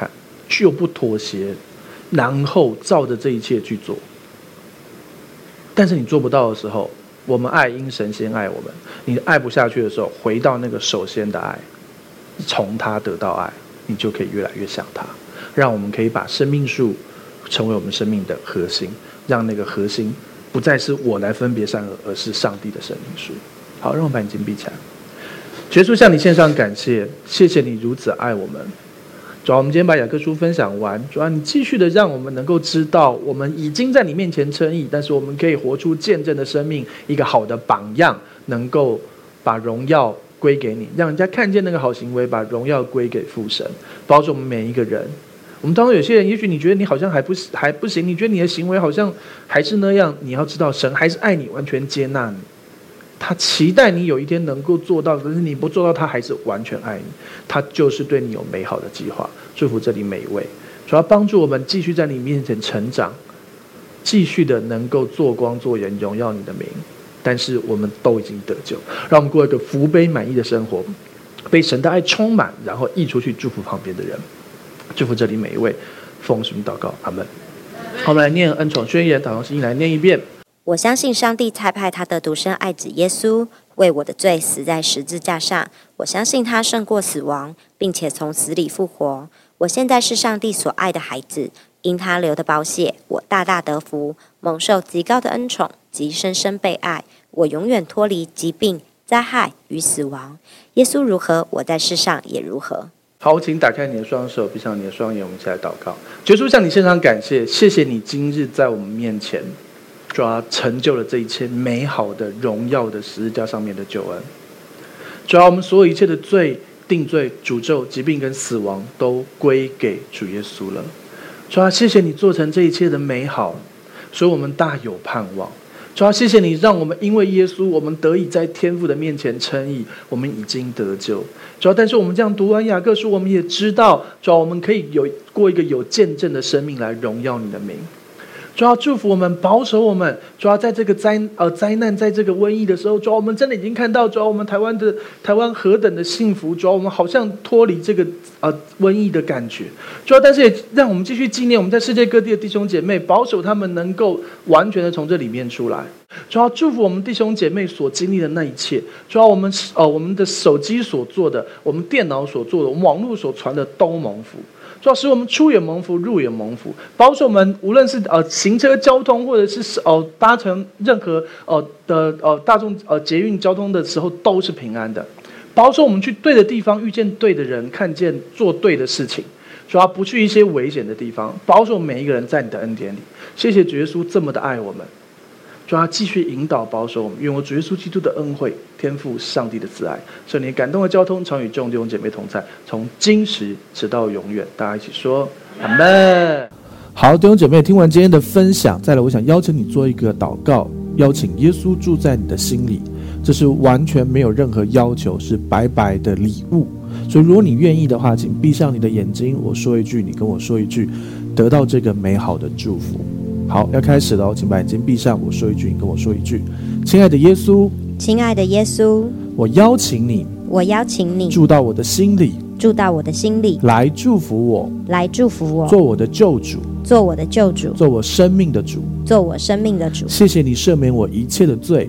就不妥协，然后照着这一切去做。但是你做不到的时候，我们爱因神先爱我们，你爱不下去的时候，回到那个首先的爱，从他得到爱，你就可以越来越像他。让我们可以把生命树成为我们生命的核心，让那个核心不再是我来分别善恶，而是上帝的生命树。好，让我们把眼睛闭起来。耶稣向你献上感谢，谢谢你如此爱我们。主要我们今天把雅各书分享完，主要你继续的让我们能够知道，我们已经在你面前称义，但是我们可以活出见证的生命，一个好的榜样，能够把荣耀归给你，让人家看见那个好行为，把荣耀归给父神。保守我们每一个人。我们当中有些人，也许你觉得你好像还不行，你觉得你的行为好像还是那样，你要知道神还是爱你，完全接纳你，他期待你有一天能够做到，可是你不做到，他还是完全爱你，他就是对你有美好的计划。祝福这里每一位，主要帮助我们继续在你面前成长，继续的能够做光做盐，荣耀你的名。但是我们都已经得救，让我们过一个福杯满溢的生活，被神的爱充满，然后溢出去祝福旁边的人。祝福这里每一位，奉主名祷告，阿们。好，我们来念恩宠宣言，祷告心来念一遍。 我相信上帝差派他的独生爱子耶稣为我的罪死在十字架上，我相信他胜过死亡，并且从死里复活。我现在是上帝所爱的孩子，因他流的宝血，我大大得福，蒙受极高的恩宠，及深深被爱。我永远脱离疾病、灾害与死亡。耶稣如何，我在世上也如何。 好，请打开你的双手，闭上你的双眼，我们一起来祷告。耶稣向你献上感谢，谢谢你今日在我们面前，主要成就了这一切美好的荣耀的十字架上面的救恩。主要我们所有一切的罪、定罪、诅咒、疾病跟死亡都归给主耶稣了。主要谢谢你做成这一切的美好，所以我们大有盼望。主要谢谢你让我们因为耶稣，我们得以在天父的面前称义，我们已经得救。主要但是我们这样读完雅各书，我们也知道，主要我们可以过一个有见证的生命来荣耀你的名。主要祝福我们，保守我们。主要在这个灾难，在这个瘟疫的时候，主要我们真的已经看到，主要我们台湾何等的幸福。主要我们好像脱离这个瘟疫的感觉。主要但是也让我们继续纪念我们在世界各地的弟兄姐妹，保守他们能够完全的从这里面出来。主要祝福我们弟兄姐妹所经历的那一切。主要我们的手机所做的，我们电脑所做的，我们网络所传的都蒙福。主要使我们出也蒙福，入也蒙福，保守我们无论是行车交通，或者是搭乘任何大众捷运交通的时候都是平安的，保守我们去对的地方，遇见对的人，看见做对的事情，主要不去一些危险的地方，保守每一个人在你的恩典里。谢谢主耶稣这么的爱我们，主要继续引导保守我们，愿我主耶稣基督的恩惠、天父上帝的慈爱、圣灵感动的交通，常与众弟兄姐妹同在，从今时直到永远。大家一起说阿们。好，弟兄姐妹，听完今天的分享，再来我想邀请你做一个祷告，邀请耶稣住在你的心里，这是完全没有任何要求，是白白的礼物。所以如果你愿意的话，请闭上你的眼睛，我说一句，你跟我说一句，得到这个美好的祝福。好，要开始了，请把眼睛闭上，我说一句，你跟我说一句。亲爱的耶稣， 亲爱的耶稣， 我邀请你住到我的心里，来祝福我，做我的救主，做我生命的主。谢谢你赦免我一切的罪，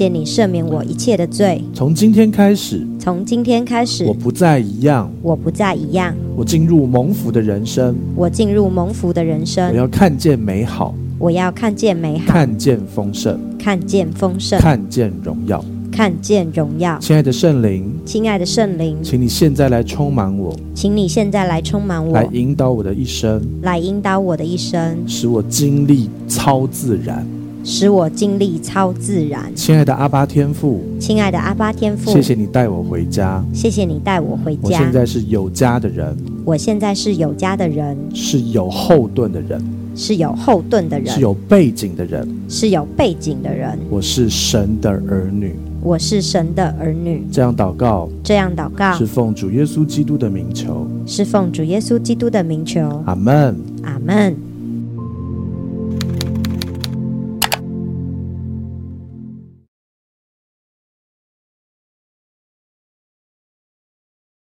从今天开始，我不再一样，我进入蒙福的人生，我要看见美好，看见丰盛，看见荣耀。亲爱的圣灵，请你现在来充满我，来引导我的一生，使我经历超自然。亲爱的阿爸天父，谢谢你带我回家，我现在是有家的人，是有后盾的人，是有背景的人，我是神的儿女，这样祷告，是奉主耶稣基督的名求，阿们。